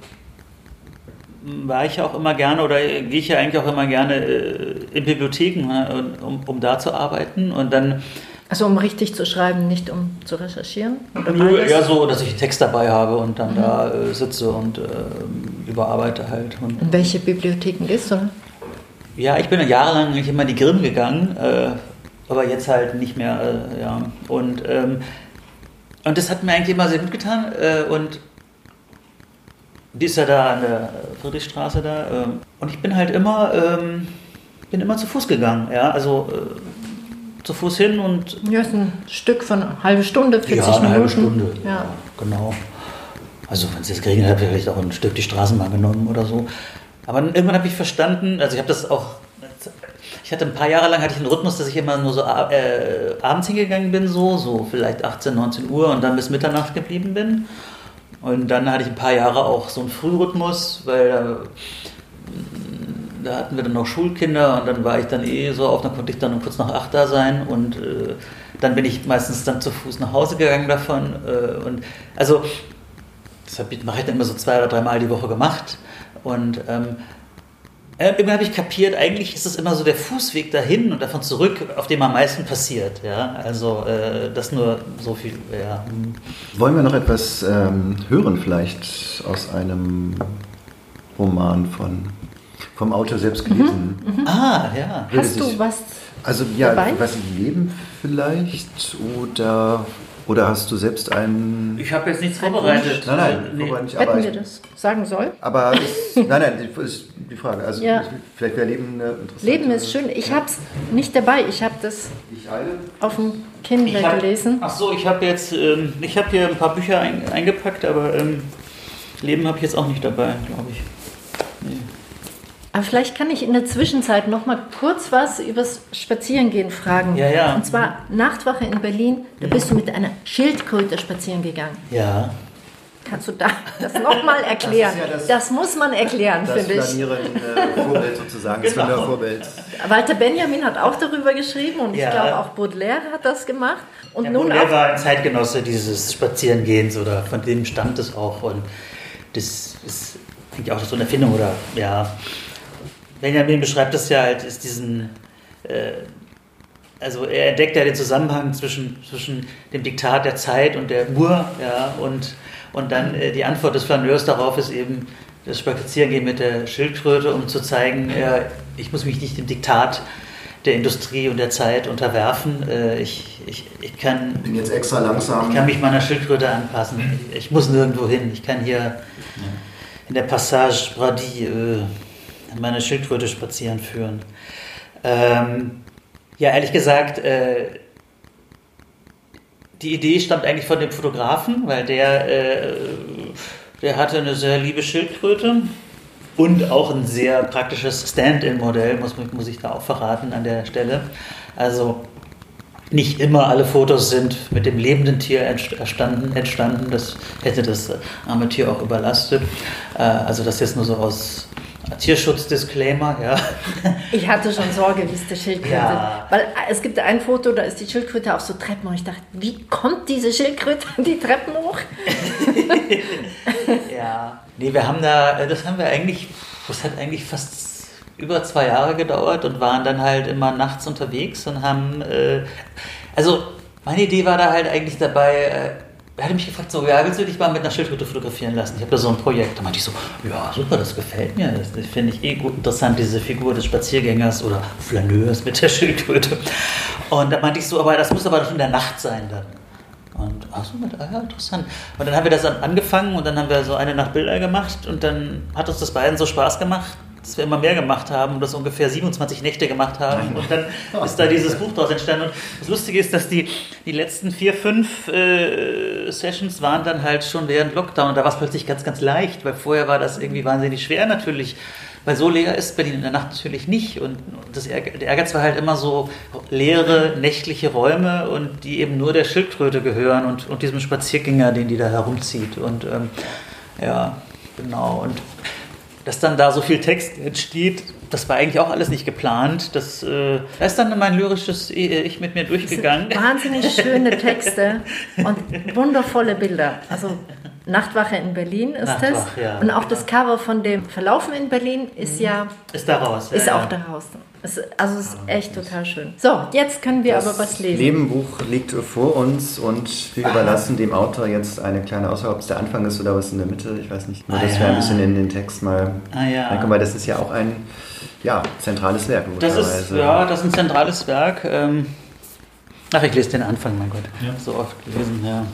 war ich ja auch immer gerne oder gehe ich ja eigentlich auch immer gerne äh, in Bibliotheken, um, um da zu arbeiten und dann... Also um richtig zu schreiben, nicht um zu recherchieren? Oder Nö, eher so, dass ich einen Text dabei habe und dann mhm. da äh, sitze und äh, überarbeite halt. Und, in welche Bibliotheken gehst du? Ja, ich bin ja jahrelang nicht immer in die Grimm gegangen, äh, aber jetzt halt nicht mehr, äh, ja. Und, ähm, und das hat mir eigentlich immer sehr gut getan äh, und die ist ja da an der Friedrichstraße da äh, und ich bin halt immer, ähm, bin immer zu Fuß gegangen, ja, also äh, zu Fuß hin und... Ja, ist ein Stück von einer halben Stunde, vierzig ja, eine Minuten. halbe Stunde, ja. ja, genau. Also wenn es jetzt geregnet hat, habe ich vielleicht auch ein Stück die Straßenbahn genommen oder so. Aber irgendwann habe ich verstanden, also ich habe das auch... Ich hatte ein paar Jahre lang hatte ich einen Rhythmus, dass ich immer nur so äh, abends hingegangen bin, so, so vielleicht achtzehn, neunzehn Uhr und dann bis Mitternacht geblieben bin. Und dann hatte ich ein paar Jahre auch so einen Frührhythmus, weil da, da hatten wir dann noch Schulkinder und dann war ich dann eh so auf, dann konnte ich dann um kurz nach acht da sein und äh, dann bin ich meistens dann zu Fuß nach Hause gegangen davon. Äh, und also das mache ich dann immer so zwei oder dreimal die Woche gemacht und ähm, irgendwann habe ich kapiert, eigentlich ist es immer so der Fußweg dahin und davon zurück, auf dem am meisten passiert. Ja? Also äh, das nur so viel. Ja. Wollen wir noch etwas ähm, hören vielleicht aus einem Roman von, vom Autor selbst gelesen? Mhm, mhm. Ah, ja. Hast du was Also ja, dabei? was ich Leben vielleicht oder... Oder hast du selbst einen... Ich habe jetzt nichts vorbereitet. Nein, nein, nee. vorbereitet nicht. Hätten Aber wir ich, das sagen sollen? aber ist, nein, nein, das ist die Frage. Also Ja. vielleicht wäre Leben eine interessante... Leben ist schön. Ich habe es nicht dabei. Ich habe das Ich eile. auf dem Kindle Ich hab, gelesen. ach so, ich habe jetzt, ähm, ich habe hier ein paar Bücher ein, eingepackt, aber ähm, Leben habe ich jetzt auch nicht dabei, glaube ich. Nee. Aber vielleicht kann ich in der Zwischenzeit noch mal kurz was übers Spazierengehen fragen. Ja, ja. Und zwar Nachtwache in Berlin, da bist du mit einer Schildkröte spazieren gegangen. Ja. Kannst du da das nochmal erklären? Das ist ja das- das muss man erklären, Das finde ich. Flanieren-Vorbild sozusagen, das Genau. Flaneur-Vorbild. Walter Benjamin hat auch darüber geschrieben und Ja. ich glaube auch Baudelaire hat das gemacht. Und Der nun Baudelaire auch, war ein Zeitgenosse dieses Spazierengehens oder von dem stammt es auch und das ist eigentlich auch so eine Erfindung oder ja. Benjamin beschreibt das ja halt, ist diesen, äh, also er entdeckt ja den Zusammenhang zwischen, zwischen dem Diktat der Zeit und der Uhr, ja, und, und dann äh, die Antwort des Flaneurs darauf ist eben das Spazierengehen mit der Schildkröte, um zu zeigen, äh, ich muss mich nicht dem Diktat der Industrie und der Zeit unterwerfen, äh, ich, ich, ich kann... Ich bin jetzt extra langsam. Ich kann mich meiner Schildkröte anpassen. Ich, ich muss nirgendwo hin. Ich kann hier in der Passage Brady äh, meine Schildkröte spazieren führen. Ähm, ja, ehrlich gesagt, äh, die Idee stammt eigentlich von dem Fotografen, weil der, äh, der hatte eine sehr liebe Schildkröte und auch ein sehr praktisches Stand-in-Modell, muss, muss ich da auch verraten an der Stelle. Also nicht immer alle Fotos sind mit dem lebenden Tier entstanden, entstanden. Das hätte das arme Tier auch überlastet. Also das jetzt nur so aus Tierschutz-Disclaimer, ja. ich hatte schon Sorge, wie es der Schildkröte... Ja. Weil es gibt ein Foto, da ist die Schildkröte auf so Treppen und ich dachte, wie kommt diese Schildkröte die Treppen hoch? Ja, Nee, wir haben da, das haben wir eigentlich, das hat eigentlich fast über zwei Jahre gedauert und waren dann halt immer nachts unterwegs und haben, äh, also meine Idee war da halt eigentlich dabei, äh, er hatte mich gefragt, so, ja, willst du dich mal mit einer Schildkröte fotografieren lassen? Ich habe da so ein Projekt. Da meinte ich so, ja, super, das gefällt mir. Das, das finde ich eh gut interessant, diese Figur des Spaziergängers oder Flaneurs mit der Schildkröte. Und da meinte ich so, aber das muss aber doch in der Nacht sein dann. Und ach so, ah, ja, interessant. Und dann haben wir das dann angefangen und dann haben wir so eine Nacht Bilder gemacht und dann hat uns das beiden so Spaß gemacht, dass wir immer mehr gemacht haben und das ungefähr siebenundzwanzig Nächte gemacht haben und dann ist da dieses Buch daraus entstanden. Und das Lustige ist, dass die, die letzten vier, fünf äh, Sessions waren dann halt schon während Lockdown und da war es plötzlich ganz, ganz leicht, weil vorher war das irgendwie wahnsinnig schwer natürlich, weil so leer ist Berlin in der Nacht natürlich nicht und das Ehrge- der Ehrgeiz war halt immer so leere, nächtliche Räume und die eben nur der Schildkröte gehören und, und diesem Spaziergänger, den die da herumzieht und ähm, ja, genau und dass dann da so viel Text entsteht, das war eigentlich auch alles nicht geplant. Das, äh, da ist dann mein lyrisches Ich mit mir durchgegangen. Wahnsinnig schöne Texte und wundervolle Bilder. Also Nachtwache in Berlin ist Nachtwache, das. ja. Und auch das Cover von dem Verlaufen in Berlin ist ja... Ist daraus. Ist ja, auch ja. daraus. Es, also es ist echt total schön. So, jetzt können wir Das aber was lesen. Nebenbuch liegt vor uns und wir überlassen dem Autor jetzt eine kleine Auswahl, ob es der Anfang ist oder was in der Mitte, ich weiß nicht. Nur, Ah, dass ja. wir ein bisschen in den Text mal Ah, ja. reinkommen, weil das ist ja auch ein ja, zentrales Werk. Das ist, ja, das ist ein zentrales Werk. Ähm, ach, ich lese den Anfang, mein Gott. Ja. So oft gelesen, ja.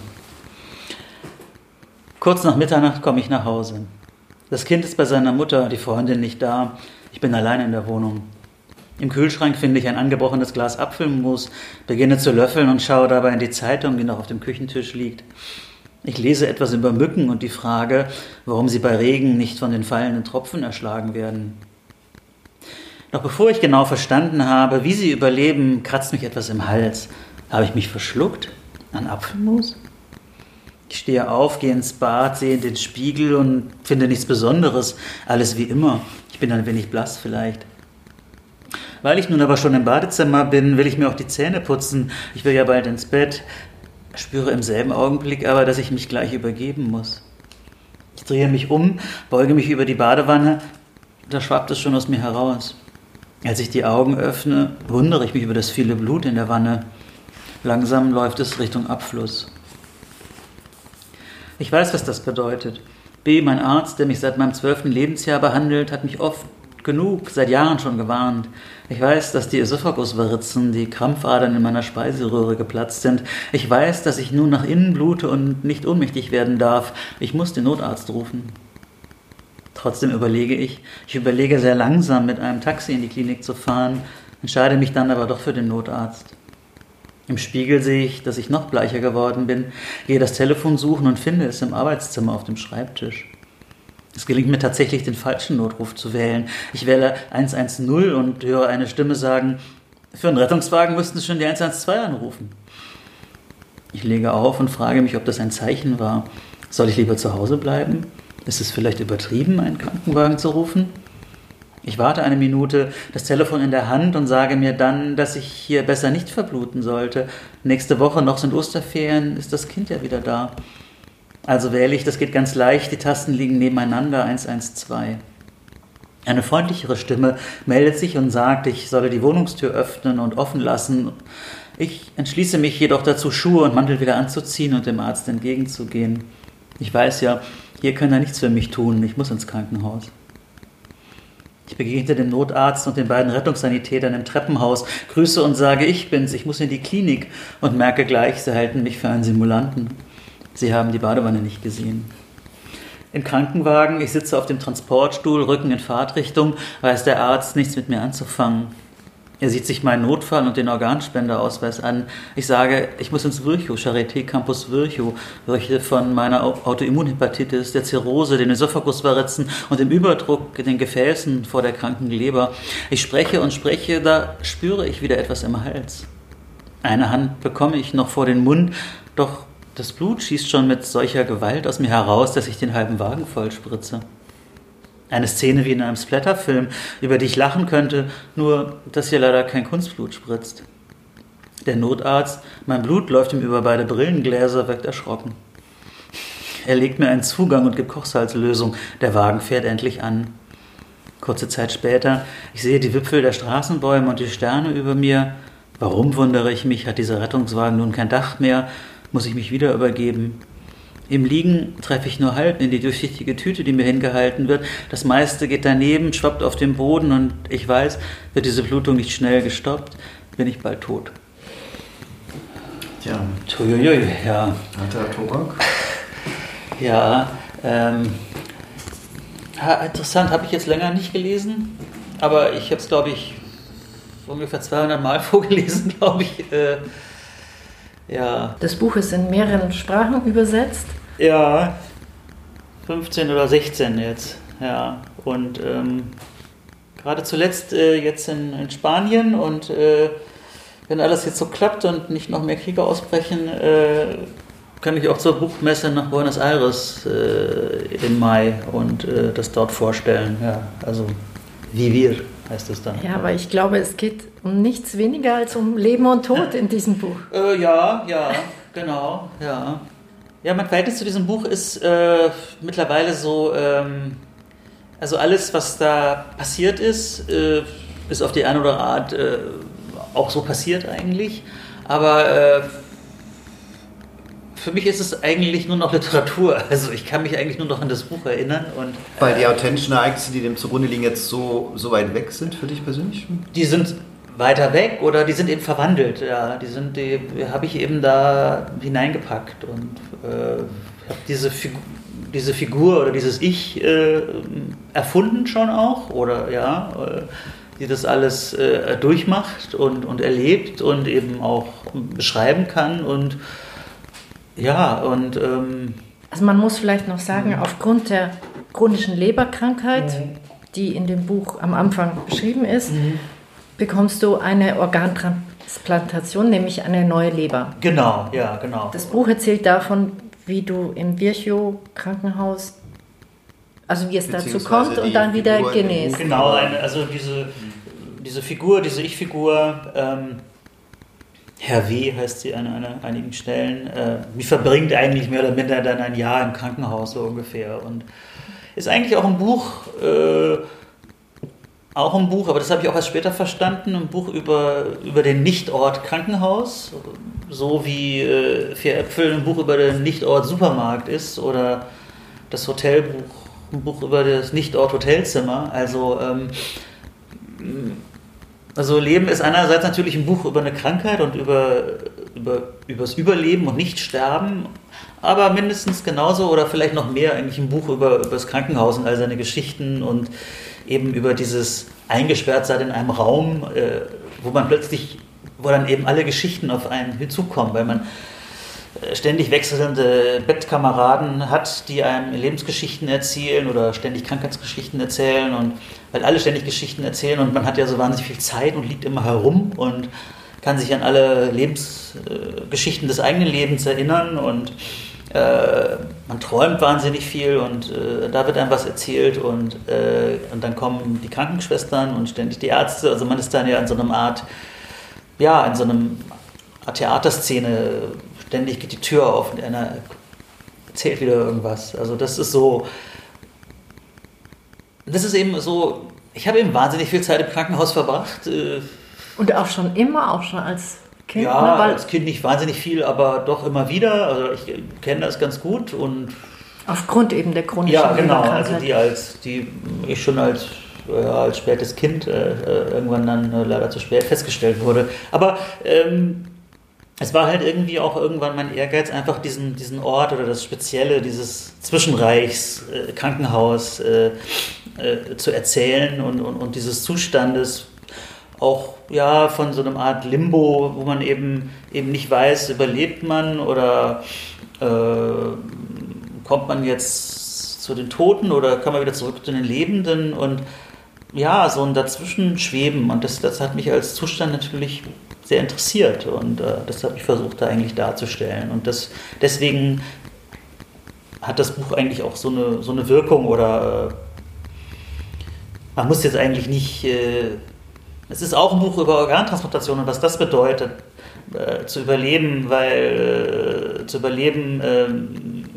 Kurz nach Mitternacht komme ich nach Hause. Das Kind ist bei seiner Mutter, die Freundin nicht da. Ich bin allein in der Wohnung. Im Kühlschrank finde ich ein angebrochenes Glas Apfelmus, beginne zu löffeln und schaue dabei in die Zeitung, die noch auf dem Küchentisch liegt. Ich lese etwas über Mücken und die Frage, warum sie bei Regen nicht von den fallenden Tropfen erschlagen werden. Noch bevor ich genau verstanden habe, wie sie überleben, kratzt mich etwas im Hals. Habe ich mich verschluckt? An Apfelmus? Ich stehe auf, gehe ins Bad, sehe in den Spiegel und finde nichts Besonderes. Alles wie immer. Ich bin ein wenig blass vielleicht. Weil ich nun aber schon im Badezimmer bin, will ich mir auch die Zähne putzen. Ich will ja bald ins Bett. Spüre im selben Augenblick aber, dass ich mich gleich übergeben muss. Ich drehe mich um, beuge mich über die Badewanne. Da schwappt es schon aus mir heraus. Als ich die Augen öffne, wundere ich mich über das viele Blut in der Wanne. Langsam läuft es Richtung Abfluss. Ich weiß, was das bedeutet. B., mein Arzt, der mich seit meinem zwölften Lebensjahr behandelt, hat mich oft genug, seit Jahren schon gewarnt. Ich weiß, dass die Esophagusvarizen, die Krampfadern in meiner Speiseröhre geplatzt sind. Ich weiß, dass ich nun nach innen blute und nicht ohnmächtig werden darf. Ich muss den Notarzt rufen. Trotzdem überlege ich, ich überlege sehr langsam, mit einem Taxi in die Klinik zu fahren, entscheide mich dann aber doch für den Notarzt. Im Spiegel sehe ich, dass ich noch bleicher geworden bin, gehe das Telefon suchen und finde es im Arbeitszimmer auf dem Schreibtisch. Es gelingt mir tatsächlich, den falschen Notruf zu wählen. Ich wähle eins eins null und höre eine Stimme sagen, für einen Rettungswagen müssten Sie schon die eins eins zwei anrufen. Ich lege auf und frage mich, ob das ein Zeichen war. Soll ich lieber zu Hause bleiben? Ist es vielleicht übertrieben, einen Krankenwagen zu rufen? Ich warte eine Minute, das Telefon in der Hand und sage mir dann, dass ich hier besser nicht verbluten sollte. Nächste Woche noch sind Osterferien, ist das Kind ja wieder da. Also wähle ich, das geht ganz leicht, die Tasten liegen nebeneinander, eins eins zwei. Eine freundlichere Stimme meldet sich und sagt, ich solle die Wohnungstür öffnen und offen lassen. Ich entschließe mich jedoch dazu, Schuhe und Mantel wieder anzuziehen und dem Arzt entgegenzugehen. Ich weiß ja, hier kann er nichts für mich tun, ich muss ins Krankenhaus. Ich begegne dem Notarzt und den beiden Rettungssanitätern im Treppenhaus, grüße und sage, ich bin's, ich muss in die Klinik und merke gleich, sie halten mich für einen Simulanten. Sie haben die Badewanne nicht gesehen. Im Krankenwagen, ich sitze auf dem Transportstuhl, Rücken in Fahrtrichtung, weiß der Arzt nichts mit mir anzufangen. Er sieht sich meinen Notfall und den Organspenderausweis an. Ich sage, ich muss ins Virchow, Charité Campus Virchow, berichte von meiner Autoimmunhepatitis, der Zirrhose, den Esophagusvarizen und dem Überdruck in den Gefäßen vor der kranken Leber. Ich spreche und spreche, da spüre ich wieder etwas im Hals. Eine Hand bekomme ich noch vor den Mund, doch das Blut schießt schon mit solcher Gewalt aus mir heraus, dass ich den halben Wagen voll spritze. Eine Szene wie in einem Splatterfilm, über die ich lachen könnte, nur dass hier leider kein Kunstblut spritzt. Der Notarzt, mein Blut läuft ihm über beide Brillengläser, wirkt erschrocken. Er legt mir einen Zugang und gibt Kochsalzlösung. Der Wagen fährt endlich an. Kurze Zeit später, ich sehe die Wipfel der Straßenbäume und die Sterne über mir. Warum, wundere ich mich, hat dieser Rettungswagen nun kein Dach mehr? Muss ich mich wieder übergeben? Im Liegen treffe ich nur halb in die durchsichtige Tüte, die mir hingehalten wird. Das meiste geht daneben, schwappt auf den Boden und ich weiß, wird diese Blutung nicht schnell gestoppt, bin ich bald tot. Tja. Uiuiui, ja. Alter Tobak. Ja, ähm, ha, interessant, habe ich jetzt länger nicht gelesen, aber ich habe es, glaube ich, ungefähr zweihundert Mal vorgelesen, glaube ich. Äh, ja. Das Buch ist in mehreren Sprachen übersetzt. Ja, fünfzehn oder sechzehn jetzt, ja. Und ähm, gerade zuletzt äh, jetzt in, in Spanien und äh, wenn alles jetzt so klappt und nicht noch mehr Kriege ausbrechen, äh, kann ich auch zur Buchmesse nach Buenos Aires äh, im Mai und äh, das dort vorstellen. Ja, also Vivir heißt es dann. Ja, aber ich glaube, es geht um nichts weniger als um Leben und Tod in diesem Buch. Äh, ja, ja, genau, ja. Ja, mein Verhältnis zu diesem Buch ist äh, mittlerweile so, ähm, also alles, was da passiert ist, äh, ist auf die eine oder andere Art äh, auch so passiert eigentlich, aber äh, für mich ist es eigentlich nur noch Literatur, also ich kann mich eigentlich nur noch an das Buch erinnern. Und, Weil die authentischen Ereignisse, die dem zugrunde liegen, jetzt so, so weit weg sind für dich persönlich? Die sind weiter weg oder die sind eben verwandelt, ja, die sind, die habe ich eben da hineingepackt und äh, habe diese, Figu- diese Figur oder dieses Ich äh, erfunden schon auch oder ja, äh, die das alles äh, durchmacht und, und erlebt und eben auch beschreiben kann und ja, und ähm, also man muss vielleicht noch sagen, mhm. aufgrund der chronischen Leberkrankheit, mhm. die in dem Buch am Anfang beschrieben ist, mhm. bekommst du eine Organtransplantation, nämlich eine neue Leber. Genau, ja, genau. Das Buch erzählt davon, wie du im Virchow-Krankenhaus, also wie es dazu kommt und dann wieder genäst. Genau, eine, also diese, diese Figur, diese Ich-Figur, ähm, Herr W. heißt sie an, an einigen Stellen, äh, die verbringt eigentlich mehr oder minder dann ein Jahr im Krankenhaus so ungefähr und ist eigentlich auch ein Buch, äh, auch ein Buch, aber das habe ich auch erst später verstanden, ein Buch über, über den Nichtort Krankenhaus, so wie äh, Vier Äpfel ein Buch über den Nichtort Supermarkt ist oder das Hotelbuch, ein Buch über das Nichtort Hotelzimmer, also ähm, Also Leben ist einerseits natürlich ein Buch über eine Krankheit und über, über, über das Überleben und Nichtsterben, aber mindestens genauso oder vielleicht noch mehr eigentlich ein Buch über, über das Krankenhaus und all seine Geschichten und eben über dieses Eingesperrtsein in einem Raum, äh, wo man plötzlich, wo dann eben alle Geschichten auf einen hinzukommen, weil man ständig wechselnde Bettkameraden hat, die einem Lebensgeschichten erzählen oder ständig Krankheitsgeschichten erzählen und weil alle ständig Geschichten erzählen und man hat ja so wahnsinnig viel Zeit und liegt immer herum und kann sich an alle Lebensgeschichten äh, des eigenen Lebens erinnern und äh, man träumt wahnsinnig viel und äh, da wird einem was erzählt und, äh, und dann kommen die Krankenschwestern und ständig die Ärzte, also man ist dann ja in so einer Art, ja, in so einem Art Theaterszene. Ständig geht die Tür auf und einer erzählt wieder irgendwas. Also das ist so, das ist eben so, ich habe eben wahnsinnig viel Zeit im Krankenhaus verbracht. Und auch schon immer, auch schon als Kind? Ja, ne, weil als Kind nicht wahnsinnig viel, aber doch immer wieder. Also ich kenne das ganz gut. Und aufgrund eben der chronischen ja, genau, Krankheit. also die, als, die ich schon als, ja, als spätes Kind äh, irgendwann dann äh, leider zu spät festgestellt wurde. Aber ähm, es war halt irgendwie auch irgendwann mein Ehrgeiz, einfach diesen, diesen Ort oder das Spezielle, dieses Zwischenreichs, äh, Krankenhaus äh, äh, zu erzählen und, und, und dieses Zustandes auch ja, von so einer Art Limbo, wo man eben, eben nicht weiß, überlebt man oder äh, kommt man jetzt zu den Toten oder kann man wieder zurück zu den Lebenden und ja, so ein Dazwischenschweben und das, das hat mich als Zustand natürlich sehr interessiert und äh, das habe ich versucht da eigentlich darzustellen und das, deswegen hat das Buch eigentlich auch so eine, so eine Wirkung oder äh, man muss jetzt eigentlich nicht, äh, es ist auch ein Buch über Organtransplantation und was das bedeutet, äh, zu überleben, weil äh, zu überleben, äh,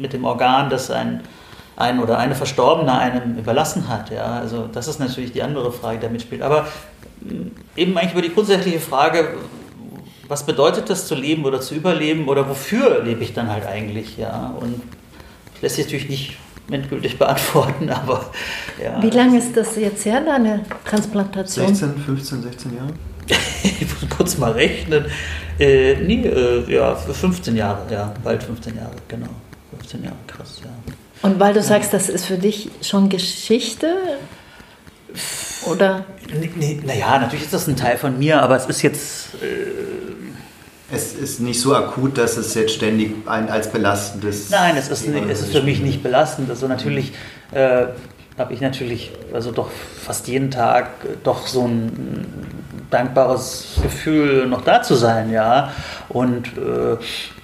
mit dem Organ, das ein, ein oder eine Verstorbene einem überlassen hat. Ja? Also das ist natürlich die andere Frage, die da mitspielt. Aber eben eigentlich über die grundsätzliche Frage, was bedeutet das zu leben oder zu überleben oder wofür lebe ich dann halt eigentlich? Ja? Und das lässt sich natürlich nicht endgültig beantworten, aber ja. Wie lange ist das jetzt her, deine Transplantation? sechzehn, fünfzehn, sechzehn Jahre? Ich muss kurz mal rechnen. Äh, nee, äh, ja, für fünfzehn Jahre, ja, bald fünfzehn Jahre, genau. fünfzehn Jahre, krass, ja. Und weil du sagst, das ist für dich schon Geschichte? Oder? Nee, nee, naja, natürlich ist das ein Teil von mir, aber es ist jetzt... Äh, Es ist nicht so akut, dass es jetzt ständig ein als belastendes... Nein, es ist, nicht, es ist für mich nicht belastend. Also natürlich äh, habe ich natürlich also doch fast jeden Tag doch so ein dankbares Gefühl, noch da zu sein, ja. Und, äh, äh,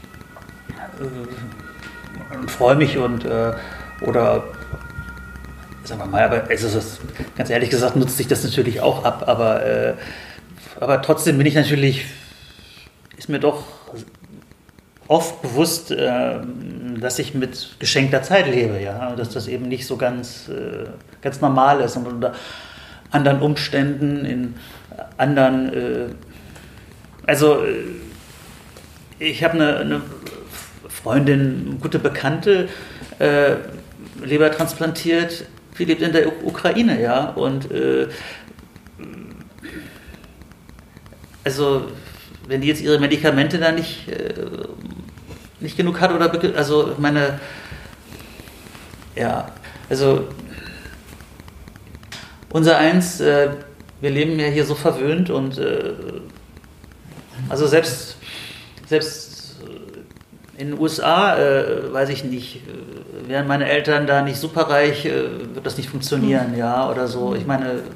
und freue mich und äh, oder sagen wir mal, aber es ist, ganz ehrlich gesagt, nutzt sich das natürlich auch ab, aber, äh, aber trotzdem bin ich natürlich... ist mir doch oft bewusst, äh, dass ich mit geschenkter Zeit lebe, ja, dass das eben nicht so ganz, äh, ganz normal ist und unter anderen Umständen, in anderen, äh, also äh, ich habe eine, eine Freundin, eine gute Bekannte, äh, Leber transplantiert, die lebt in der Ukraine, ja, und äh, also wenn die jetzt ihre Medikamente da nicht, äh, nicht genug hat oder, also meine, ja, also unser Eins, äh, wir leben ja hier so verwöhnt und äh, also selbst, selbst in den U S A, äh, weiß ich nicht, wären meine Eltern da nicht superreich, äh, wird das nicht funktionieren, ja, oder so, ich meine, äh,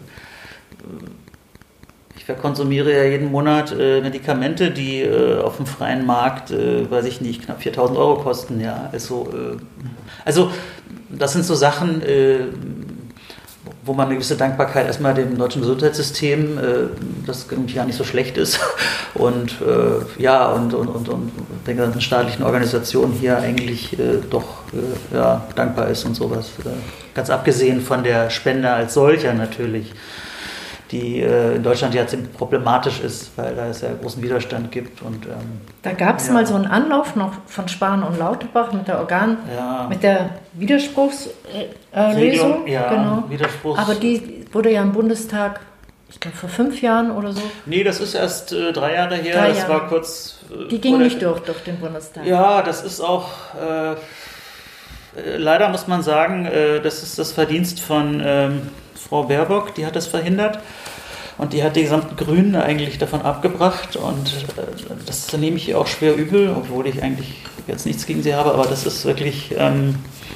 ich verkonsumiere ja jeden Monat äh, Medikamente, die äh, auf dem freien Markt, äh, weiß ich nicht, knapp viertausend Euro kosten. Ja? Also, äh, also das sind so Sachen, äh, wo man eine gewisse Dankbarkeit erstmal dem deutschen Gesundheitssystem, äh, das irgendwie gar nicht so schlecht ist, und äh, ja, und, und, und, und den ganzen staatlichen Organisationen hier eigentlich äh, doch äh, ja, dankbar ist und sowas. Äh, ganz abgesehen von der Spende als solcher natürlich, die äh, in Deutschland ja ziemlich problematisch ist, weil da es ja großen Widerstand gibt. Und, ähm, da gab es ja mal so einen Anlauf noch von Spahn und Lauterbach mit der Organ, ja. mit der Widerspruchslösung. Äh, ja, genau. Widerspruchs- Aber die wurde ja im Bundestag, ich glaube vor fünf Jahren oder so. Nee, das ist erst äh, drei Jahre her. Drei das Jahre. war kurz. Äh, die ging der, nicht durch, durch den Bundestag. Ja, das ist auch. Äh, leider muss man sagen, äh, das ist das Verdienst von ähm, Frau Baerbock, die hat das verhindert. Und die hat die gesamten Grünen eigentlich davon abgebracht. Und äh, das nehme ich ihr auch schwer übel, obwohl ich eigentlich jetzt nichts gegen sie habe. Aber das ist wirklich... Ähm,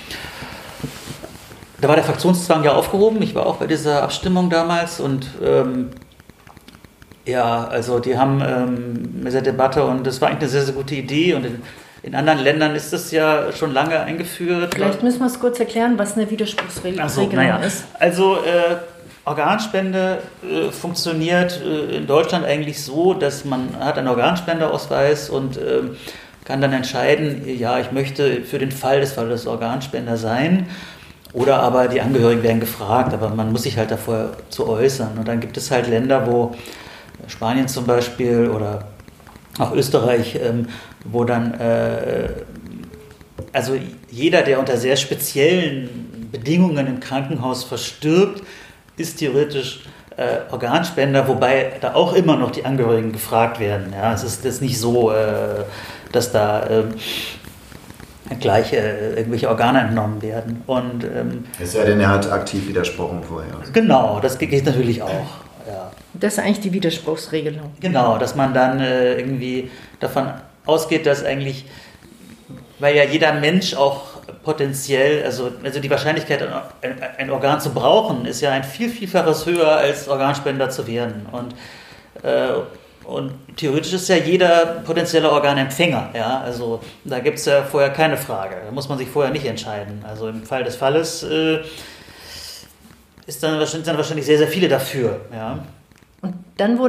da war der Fraktionszwang ja aufgehoben. Ich war auch bei dieser Abstimmung damals. Und ähm, ja, also die haben ähm, mit der Debatte, und das war eigentlich eine sehr, sehr gute Idee. Und in, in anderen Ländern ist das ja schon lange eingeführt. Vielleicht müssen wir es kurz erklären, was eine Widerspruchsregelung so, naja. ist. Also... Äh, Organspende äh, funktioniert äh, in Deutschland eigentlich so, dass man hat einen Organspenderausweis und äh, kann dann entscheiden, ja, ich möchte für den Fall des Falles Organspender sein, oder aber die Angehörigen werden gefragt, aber man muss sich halt davor zu äußern. Und dann gibt es halt Länder, wo Spanien zum Beispiel oder auch Österreich, ähm, wo dann äh, also jeder, der unter sehr speziellen Bedingungen im Krankenhaus verstirbt, ist theoretisch äh, Organspender, wobei da auch immer noch die Angehörigen gefragt werden. Ja, es ist jetzt nicht so, äh, dass da äh, gleich äh, irgendwelche Organe entnommen werden. Und, ähm, es sei denn, er hat aktiv widersprochen vorher. Genau, das geht natürlich auch. Ja. Das ist eigentlich die Widerspruchsregelung. Genau, dass man dann äh, irgendwie davon ausgeht, dass eigentlich, weil ja jeder Mensch auch potenziell, also, also die Wahrscheinlichkeit, ein, ein Organ zu brauchen, ist ja ein viel, vielfaches höher, als Organspender zu werden. Und, äh, und theoretisch ist ja jeder potenzielle Organempfänger. Ja? Also da gibt es ja vorher keine Frage. Da muss man sich vorher nicht entscheiden. Also im Fall des Falles äh, ist dann wahrscheinlich, sind dann wahrscheinlich sehr, sehr viele dafür. Ja? Und dann wurde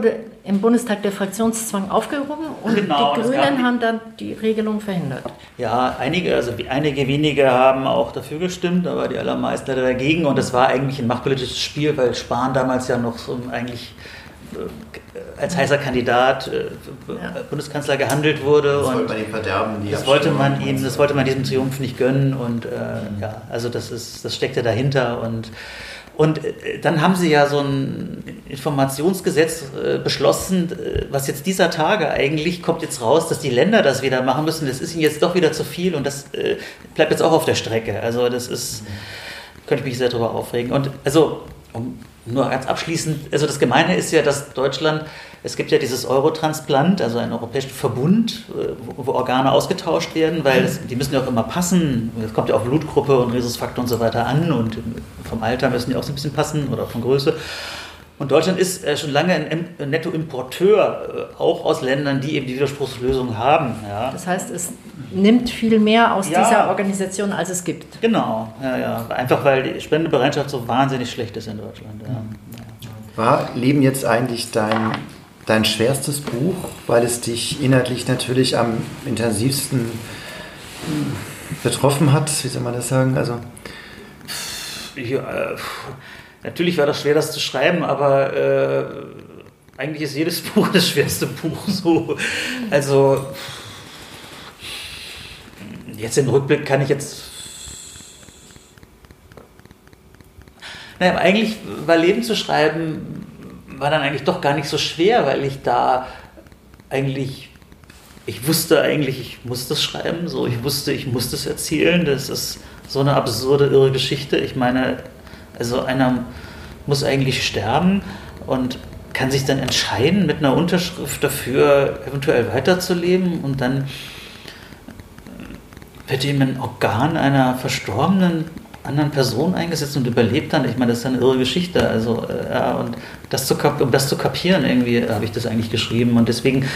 im Bundestag der Fraktionszwang aufgehoben und genau, die Grünen haben dann die Regelung verhindert. Ja, einige, also einige wenige haben auch dafür gestimmt, aber die allermeisten leider dagegen. Und das war eigentlich ein machtpolitisches Spiel, weil Spahn damals ja noch so eigentlich äh, als heißer Kandidat äh, ja. Bundeskanzler gehandelt wurde. Das und wollte man ihm verderben. Die das wollte man ihm, das wollte man diesem Triumph nicht gönnen. Und äh, mhm. ja, also das ist, das steckte dahinter. Und Und dann haben sie ja so ein Informationsgesetz äh, beschlossen, äh, was jetzt dieser Tage eigentlich kommt jetzt raus, dass die Länder das wieder machen müssen. Das ist ihnen jetzt doch wieder zu viel und das äh, bleibt jetzt auch auf der Strecke. Also das ist, könnte ich mich sehr darüber aufregen. Und also, um, nur ganz abschließend, also das Gemeine ist ja, dass Deutschland, es gibt ja dieses Eurotransplant, also einen europäischen Verbund, wo, wo Organe ausgetauscht werden, weil das, die müssen ja auch immer passen. Es kommt ja auch Blutgruppe und Rhesusfaktor und so weiter an und vom Alter müssen die auch so ein bisschen passen oder von Größe. Und Deutschland ist schon lange ein Nettoimporteur, auch aus Ländern, die eben die Widerspruchslösung haben. Ja. Das heißt, es nimmt viel mehr aus ja. dieser Organisation, als es gibt. Genau, ja, ja. Einfach weil die Spendebereitschaft so wahnsinnig schlecht ist in Deutschland. Ja. War Leben jetzt eigentlich dein, dein schwerstes Buch, weil es dich inhaltlich natürlich am intensivsten betroffen hat? Wie soll man das sagen? Also ja, äh, natürlich war das schwer, das zu schreiben, aber äh, eigentlich ist jedes Buch das schwerste Buch so. Also jetzt im Rückblick kann ich jetzt... Naja, aber eigentlich war Leben zu schreiben, war dann eigentlich doch gar nicht so schwer, weil ich da eigentlich... Ich wusste eigentlich, ich muss das schreiben, so. Ich wusste, ich muss das erzählen. Das ist so eine absurde, irre Geschichte. Ich meine, also einer muss eigentlich sterben und kann sich dann entscheiden, mit einer Unterschrift dafür eventuell weiterzuleben und dann wird ihm ein Organ einer verstorbenen anderen Person eingesetzt und überlebt dann. Ich meine, das ist eine irre Geschichte. Also, äh, ja, und das zu, um das zu kapieren, irgendwie habe ich das eigentlich geschrieben und deswegen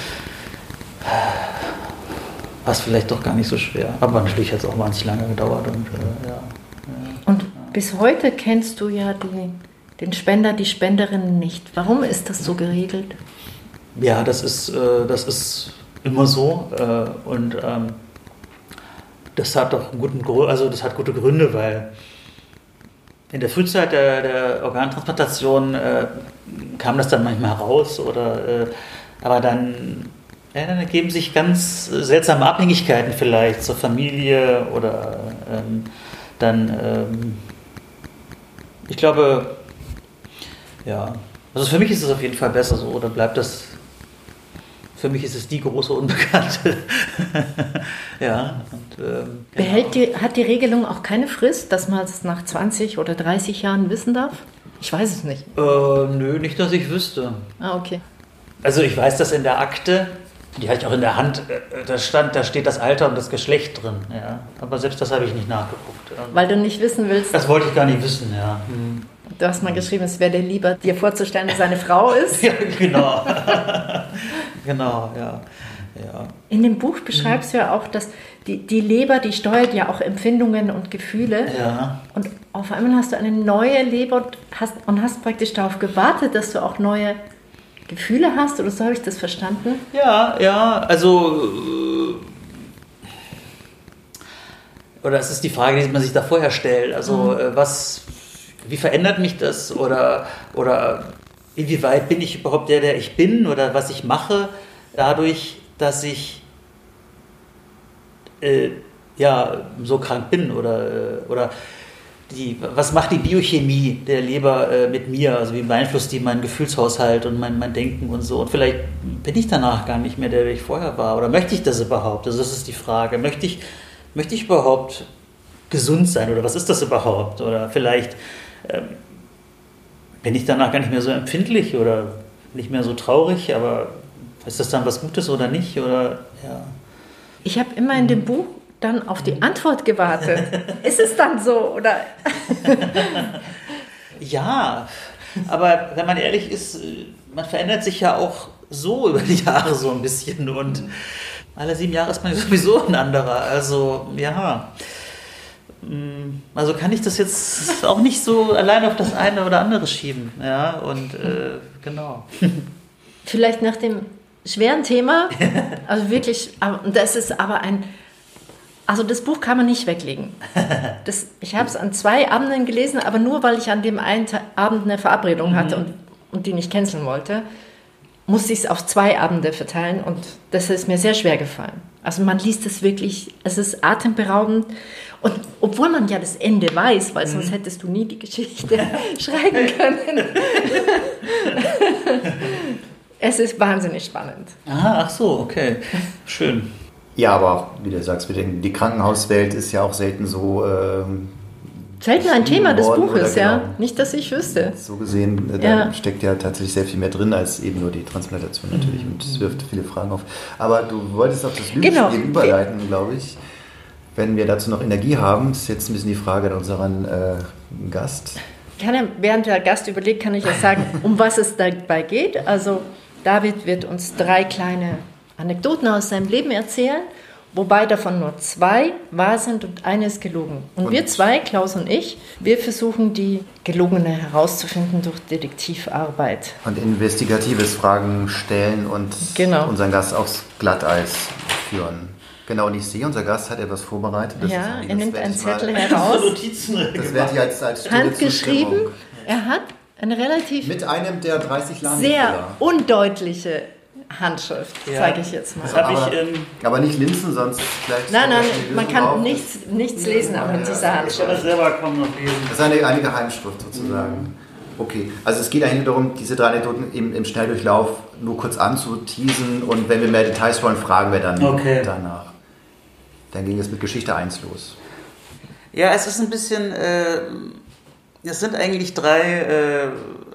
war es vielleicht doch gar nicht so schwer. Aber natürlich hat es auch wahnsinnig lange gedauert. Und, äh, ja, ja, und ja. bis heute kennst du ja die, den Spender, die Spenderin nicht. Warum ist das so geregelt? Ja, das ist, äh, das ist immer so. Äh, und ähm, das hat doch einen guten Grund, also das hat gute Gründe, weil in der Frühzeit der, der Organtransplantation äh, kam das dann manchmal heraus. Oder, äh, aber dann... Ja, dann ergeben sich ganz seltsame Abhängigkeiten vielleicht zur Familie oder ähm, dann, ähm, ich glaube, ja, also für mich ist es auf jeden Fall besser so, oder bleibt das, für mich ist es die große Unbekannte. ja. Und, ähm, Behält genau. die, hat die Regelung auch keine Frist, dass man es nach zwanzig oder dreißig Jahren wissen darf? Ich weiß es nicht. Äh, nö, nicht, dass ich wüsste. Ah, okay. Also ich weiß, dass in der Akte, die hatte ich auch in der Hand, da stand, da steht das Alter und das Geschlecht drin. Ja. Aber selbst das habe ich nicht nachgeguckt. Weil du nicht wissen willst. Das wollte ich gar nicht wissen, ja. Hm. Du hast mal geschrieben, es wäre dir lieber, dir vorzustellen, dass seine Frau ist. ja, genau. genau, ja. ja. In dem Buch beschreibst du ja auch, dass die, die Leber, die steuert ja auch Empfindungen und Gefühle. Ja. Und auf einmal hast du eine neue Leber und hast, und hast praktisch darauf gewartet, dass du auch neue Gefühle hast, oder so habe ich das verstanden? Ja, ja, also oder es ist die Frage, die man sich da vorher stellt. Also mhm. was, wie verändert mich das oder, oder inwieweit bin ich überhaupt der, der ich bin oder was ich mache, dadurch, dass ich äh, ja so krank bin oder, oder Die, was macht die Biochemie der Leber äh, mit mir? Also wie beeinflusst die meinen Gefühlshaushalt und mein, mein Denken und so? Und vielleicht bin ich danach gar nicht mehr der, der ich vorher war. Oder möchte ich das überhaupt? Also das ist die Frage. Möchte ich, möchte ich überhaupt gesund sein? Oder was ist das überhaupt? Oder vielleicht ähm, bin ich danach gar nicht mehr so empfindlich oder nicht mehr so traurig. Aber ist das dann was Gutes oder nicht? Oder, ja. Ich habe immer in dem Buch dann auf die Antwort gewartet. Ist es dann so, oder? Ja, aber wenn man ehrlich ist, man verändert sich ja auch so über die Jahre so ein bisschen und alle sieben Jahre ist man sowieso ein anderer. Also, ja. Also kann ich das jetzt auch nicht so allein auf das eine oder andere schieben. Ja, und äh, genau. Vielleicht nach dem schweren Thema, also wirklich, das ist aber ein, also das Buch kann man nicht weglegen. Das, ich habe es an zwei Abenden gelesen, aber nur, weil ich an dem einen Abend eine Verabredung hatte und, und die nicht canceln wollte, musste ich es auf zwei Abende verteilen und das ist mir sehr schwer gefallen. Also man liest es wirklich, es ist atemberaubend und obwohl man ja das Ende weiß, weil sonst hättest du nie die Geschichte schreiben können. Es ist wahnsinnig spannend. Aha, ach so, okay. Schön. Ja, aber auch, wie du sagst, die Krankenhauswelt ist ja auch selten so... Ähm, selten ein Thema des Buches, genau. ja. Nicht, dass ich wüsste. So gesehen, da ja. steckt ja tatsächlich sehr viel mehr drin, als eben nur die Transplantation natürlich. Und das wirft viele Fragen auf. Aber du wolltest auf das Lügenspiel genau. überleiten, glaube ich. Wenn wir dazu noch Energie haben, das ist jetzt ein bisschen die Frage an unseren äh, Gast. Kann er, während der Gast überlegt, kann ich ja sagen, um was es dabei geht. Also David wird uns drei kleine Anekdoten aus seinem Leben erzählen, wobei davon nur zwei wahr sind und eine ist gelogen. Und, und wir zwei, Klaus und ich, wir versuchen die gelogene herauszufinden durch Detektivarbeit. Und investigatives Fragen stellen und genau. unseren Gast aufs Glatteis führen. Genau, und ich sehe, unser Gast hat etwas vorbereitet. Das ja, ist er nimmt einen Zettel mal, heraus. Das werde ich als, als handgeschrieben. Er hat eine relativ... Mit einem der dreißig Laden. Sehr undeutliche Handschrift, ja. zeige ich jetzt mal. Das aber, ich, ähm, aber nicht Linsen, sonst vielleicht... Nein, nein, man kann nichts, nichts lesen auch mit ja, dieser Handschrift. Ich kann das selber kaum noch lesen. Das ist eine, eine Geheimschrift sozusagen. Mhm. Okay, also es geht eigentlich darum, diese drei Anekdoten im, im Schnelldurchlauf nur kurz anzuteasen und wenn wir mehr Details wollen, fragen wir dann okay. danach. Dann ging es mit Geschichte eins los. Ja, es ist ein bisschen, äh, es sind eigentlich drei äh,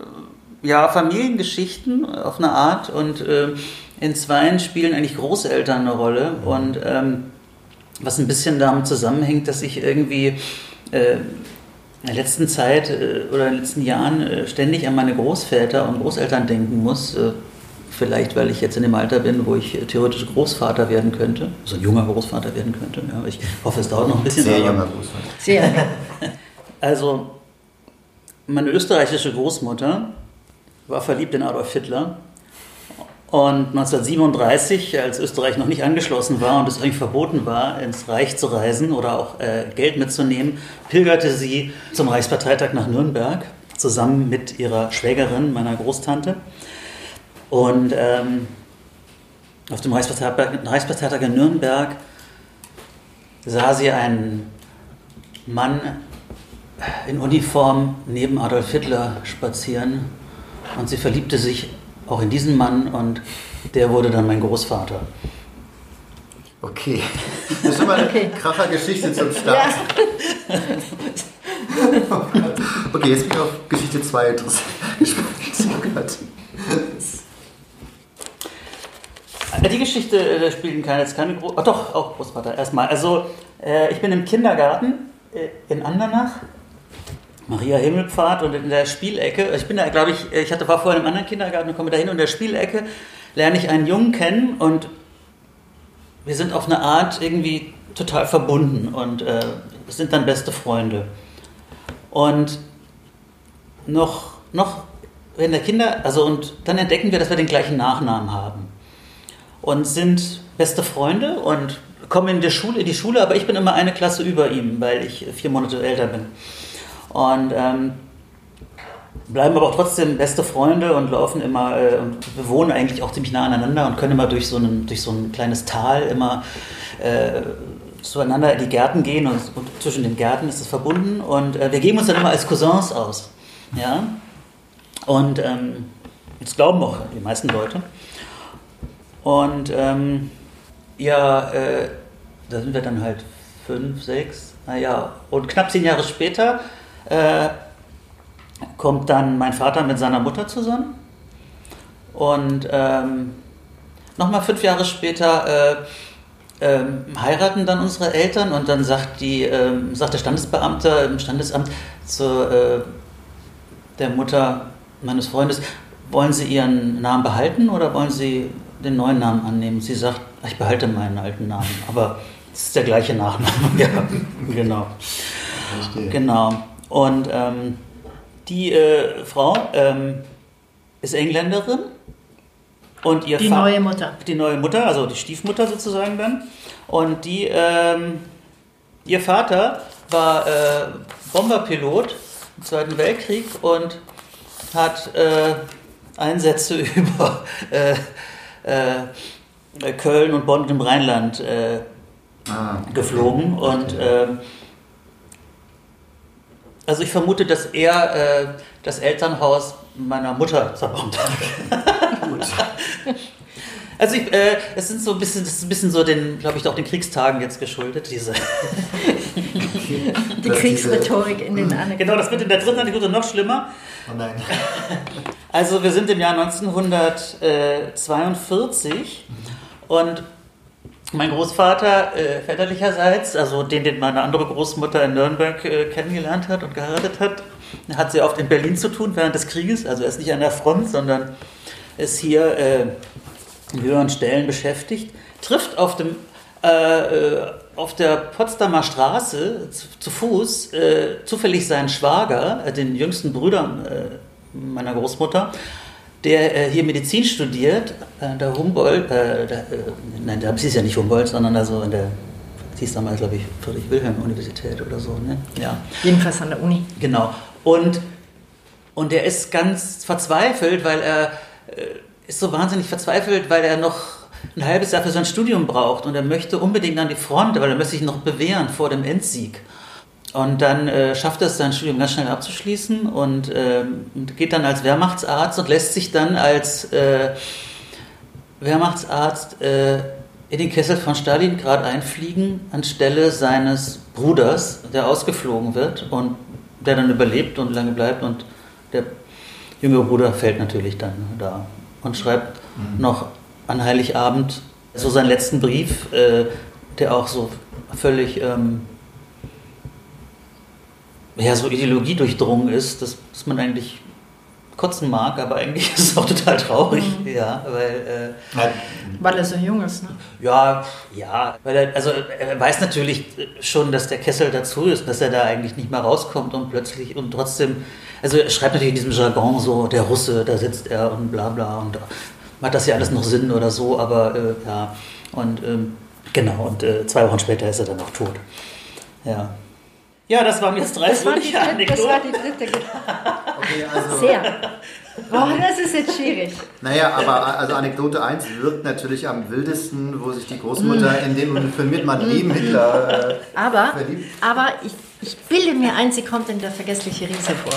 ja, Familiengeschichten auf eine Art und äh, in zweien spielen eigentlich Großeltern eine Rolle und ähm, was ein bisschen damit zusammenhängt, dass ich irgendwie äh, in der letzten Zeit äh, oder in den letzten Jahren äh, ständig an meine Großväter und Großeltern denken muss. Äh, vielleicht, weil ich jetzt in dem Alter bin, wo ich äh, theoretisch Großvater werden könnte. So ein junger Großvater werden könnte. Ja, ich hoffe, es dauert noch ein bisschen. Sehr junger Großvater. Sehr. Also, meine österreichische Großmutter war verliebt in Adolf Hitler. Und neunzehnhundertsiebenunddreißig, als Österreich noch nicht angeschlossen war und es eigentlich verboten war, ins Reich zu reisen oder auch äh, Geld mitzunehmen, pilgerte sie zum Reichsparteitag nach Nürnberg, zusammen mit ihrer Schwägerin, meiner Großtante. Und ähm, auf dem Reichsparteitag, Reichsparteitag in Nürnberg sah sie einen Mann in Uniform neben Adolf Hitler spazieren und sie verliebte sich auch in diesen Mann und der wurde dann mein Großvater. Okay, das ist schon mal eine okay. kracher Geschichte zum Start. Ja. Okay, jetzt bin ich auf Geschichte zwei gespannt. Die Geschichte äh, spielt keine, jetzt keine Groß... Oh, doch, auch Großvater, erstmal. Also, äh, ich bin im Kindergarten äh, in Andernach, Maria Himmelpfad und in der Spielecke, ich bin da, glaube ich, ich hatte, war vorher in einem anderen Kindergarten und komme da hin und in der Spielecke lerne ich einen Jungen kennen und wir sind auf eine Art irgendwie total verbunden und äh, sind dann beste Freunde. Und noch, noch wenn der Kinder, also und dann entdecken wir, dass wir den gleichen Nachnamen haben und sind beste Freunde und kommen in die Schule, in die Schule, aber ich bin immer eine Klasse über ihm, weil ich vier Monate älter bin. Und ähm, bleiben aber auch trotzdem beste Freunde und laufen immer, äh, wir wohnen eigentlich auch ziemlich nah aneinander und können immer durch so ein, durch so ein kleines Tal immer äh, zueinander in die Gärten gehen und, und zwischen den Gärten ist es verbunden und äh, wir geben uns dann immer als Cousins aus. Ja? Und ähm, das glauben auch die meisten Leute. Und ähm, ja, äh, da sind wir dann halt fünf, sechs, naja, und knapp zehn Jahre später Äh, kommt dann mein Vater mit seiner Mutter zusammen und ähm, nochmal fünf Jahre später äh, äh, heiraten dann unsere Eltern und dann sagt, die, äh, sagt der Standesbeamte im Standesamt zu äh, der Mutter meines Freundes, wollen Sie Ihren Namen behalten oder wollen Sie den neuen Namen annehmen? Sie sagt, ich behalte meinen alten Namen, aber es ist der gleiche Nachname. Ja, genau. Verstehe. Genau. Und ähm, die äh, Frau ähm, ist Engländerin Und ihr die Fa- neue Mutter. Die neue Mutter, also die Stiefmutter sozusagen dann. Und die, ähm, ihr Vater war äh, Bomberpilot im Zweiten Weltkrieg und hat äh, Einsätze über äh, äh, Köln und Bonn im Rheinland äh, ah. geflogen. Und äh, also ich vermute, dass er äh, das Elternhaus meiner Mutter zerbombt hat. Gut. Also ich, äh, es sind so ein bisschen, das ist ein bisschen so den, glaube ich, auch den Kriegstagen jetzt geschuldet, diese. Die Kriegsrhetorik in den Anekdoten. Genau, das wird in der dritten Anekdote noch schlimmer. Oh nein. Also wir sind im Jahr neunzehnhundertzweiundvierzig und mein Großvater äh, väterlicherseits, also den, den meine andere Großmutter in Nürnberg äh, kennengelernt hat und geheiratet hat, hat sehr oft in Berlin zu tun während des Krieges. Also er ist nicht an der Front, sondern ist hier äh, in höheren Stellen beschäftigt. Trifft auf, dem, äh, auf der Potsdamer Straße zu, zu Fuß äh, zufällig seinen Schwager, äh, den jüngsten Bruder äh, meiner Großmutter, der äh, hier Medizin studiert, äh, der Humboldt, äh, der, äh, nein, da hieß ja nicht Humboldt, sondern also in der, das hieß damals, glaube ich, Friedrich-Wilhelm-Universität oder so, ne? Ja. Jedenfalls an der Uni. Genau. Und, und er ist ganz verzweifelt, weil er äh, ist so wahnsinnig verzweifelt, weil er noch ein halbes Jahr für sein Studium braucht und er möchte unbedingt an die Front, weil er möchte sich noch bewähren vor dem Endsieg. Und dann äh, schafft er es, sein Studium ganz schnell abzuschließen und äh, geht dann als Wehrmachtsarzt und lässt sich dann als äh, Wehrmachtsarzt äh, in den Kessel von Stalingrad einfliegen, anstelle seines Bruders, der ausgeflogen wird und der dann überlebt und lange bleibt. Und der jüngere Bruder fällt natürlich dann da und schreibt mhm. noch an Heiligabend so seinen letzten Brief, äh, der auch so völlig... Ähm, ja, so Ideologie durchdrungen ist, dass, dass man eigentlich kotzen mag, aber eigentlich ist es auch total traurig, mhm. ja, weil... Äh, weil er so jung ist, ne? Ja, ja, weil er, also er weiß natürlich schon, dass der Kessel dazu ist, dass er da eigentlich nicht mehr rauskommt und plötzlich und trotzdem, also er schreibt natürlich in diesem Jargon so, der Russe, da sitzt er und bla bla und hat das ja alles noch Sinn oder so, aber äh, ja, und ähm, genau, und äh, zwei Wochen später ist er dann auch tot, ja. Ja, das waren jetzt drei das fröhliche Anekdoten. Das war die dritte. Okay, also sehr. Oh, das ist jetzt schwierig. Naja, aber also Anekdote eins wirkt natürlich am wildesten, wo sich die Großmutter mm. in dem Film mit man neben Hitler äh, aber, verliebt. Aber ich, ich bilde mir ein, sie kommt in der vergessliche Riese vor.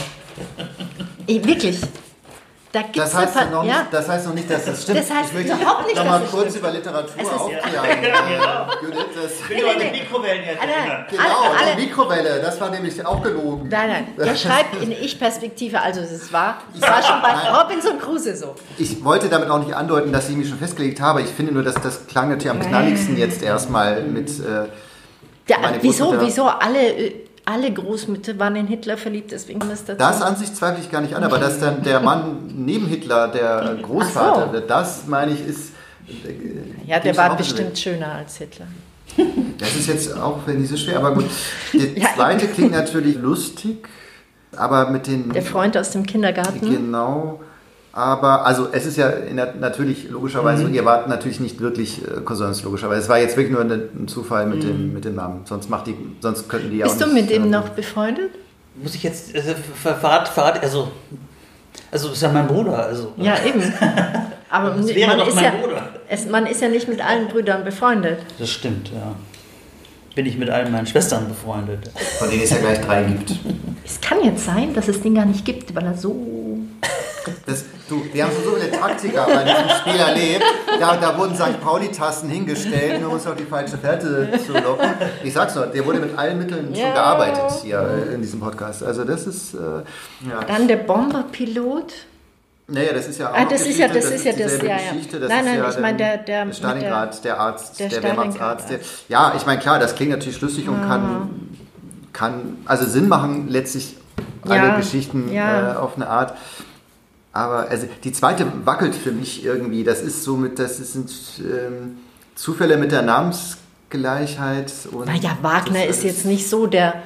Ich, wirklich. Da das, heißt paar, noch nicht, ja? das heißt noch nicht, dass das stimmt. Das heißt ich möchte überhaupt nicht, noch mal dass kurz stimmt. über Literatur ist, aufklären. Ja, genau. Judith, das ich will nee, nee. Mikrowellen jetzt erinnern. Genau, alle, die Mikrowelle, das war nämlich auch gelogen. Nein, nein, er schreibt in Ich-Perspektive, also es war, es war schon bei nein. Robinson Crusoe so. Ich wollte damit auch nicht andeuten, dass ich mich schon festgelegt habe. Ich finde nur, dass das klang natürlich am knalligsten jetzt erstmal mit... Äh, ja, wieso, wieso alle... Alle Großmütter waren in Hitler verliebt, deswegen ist das... Das an sich zweifle ich gar nicht an, aber dass dann der Mann neben Hitler, der Großvater, so. das meine ich ist... Äh, ja, der war bestimmt schöner als Hitler. Das ist jetzt auch nicht so schwer, aber gut. Die ja. zweite klingt natürlich lustig, aber mit den... Der Freund aus dem Kindergarten. Genau. Aber, also es ist ja der, natürlich logischerweise, mhm. ihr wart natürlich nicht wirklich äh, Cousins, logischerweise. Es war jetzt wirklich nur ein, ein Zufall mit, mhm. dem, mit dem Namen. Sonst, macht die, sonst könnten die ja auch Bist nicht... du mit dem äh, noch befreundet? Muss ich jetzt... Also, verrat, verrat, also, also ist ja mein Bruder. Also. Ja, eben. Aber das wäre man, doch ist mein ja, Bruder. Es, man ist ja nicht mit allen Brüdern befreundet. Das stimmt, ja. Bin ich mit allen meinen Schwestern befreundet. Von denen es ja gleich drei gibt. Es kann jetzt sein, dass es den gar nicht gibt, weil er so... Das, du, wir haben schon so viele Taktiker bei diesem Spiel erlebt. Da, da wurden Sankt Pauli-Tassen hingestellt, nur um uns auf die falsche Fährte zu locken. Ich sag's nur, der wurde mit allen Mitteln ja. schon gearbeitet hier in diesem Podcast. Also das ist... Äh, ja. Dann der Bomberpilot. Naja, das ist ja auch ah, das ist ja das, das ist ja das, ja, ja. Das nein, nein, ja ich meine der, der, der Stalingrad, der Arzt, der, der Wehrmachtsarzt. Der, ja, ich meine klar, das klingt natürlich schlüssig und kann, kann also Sinn machen, letztlich alle ja, Geschichten ja. äh, auf eine Art. Aber also die zweite wackelt für mich irgendwie. Das ist so mit, das sind ähm, Zufälle mit der Namensgleichheit. Und naja, Wagner ist jetzt nicht so der,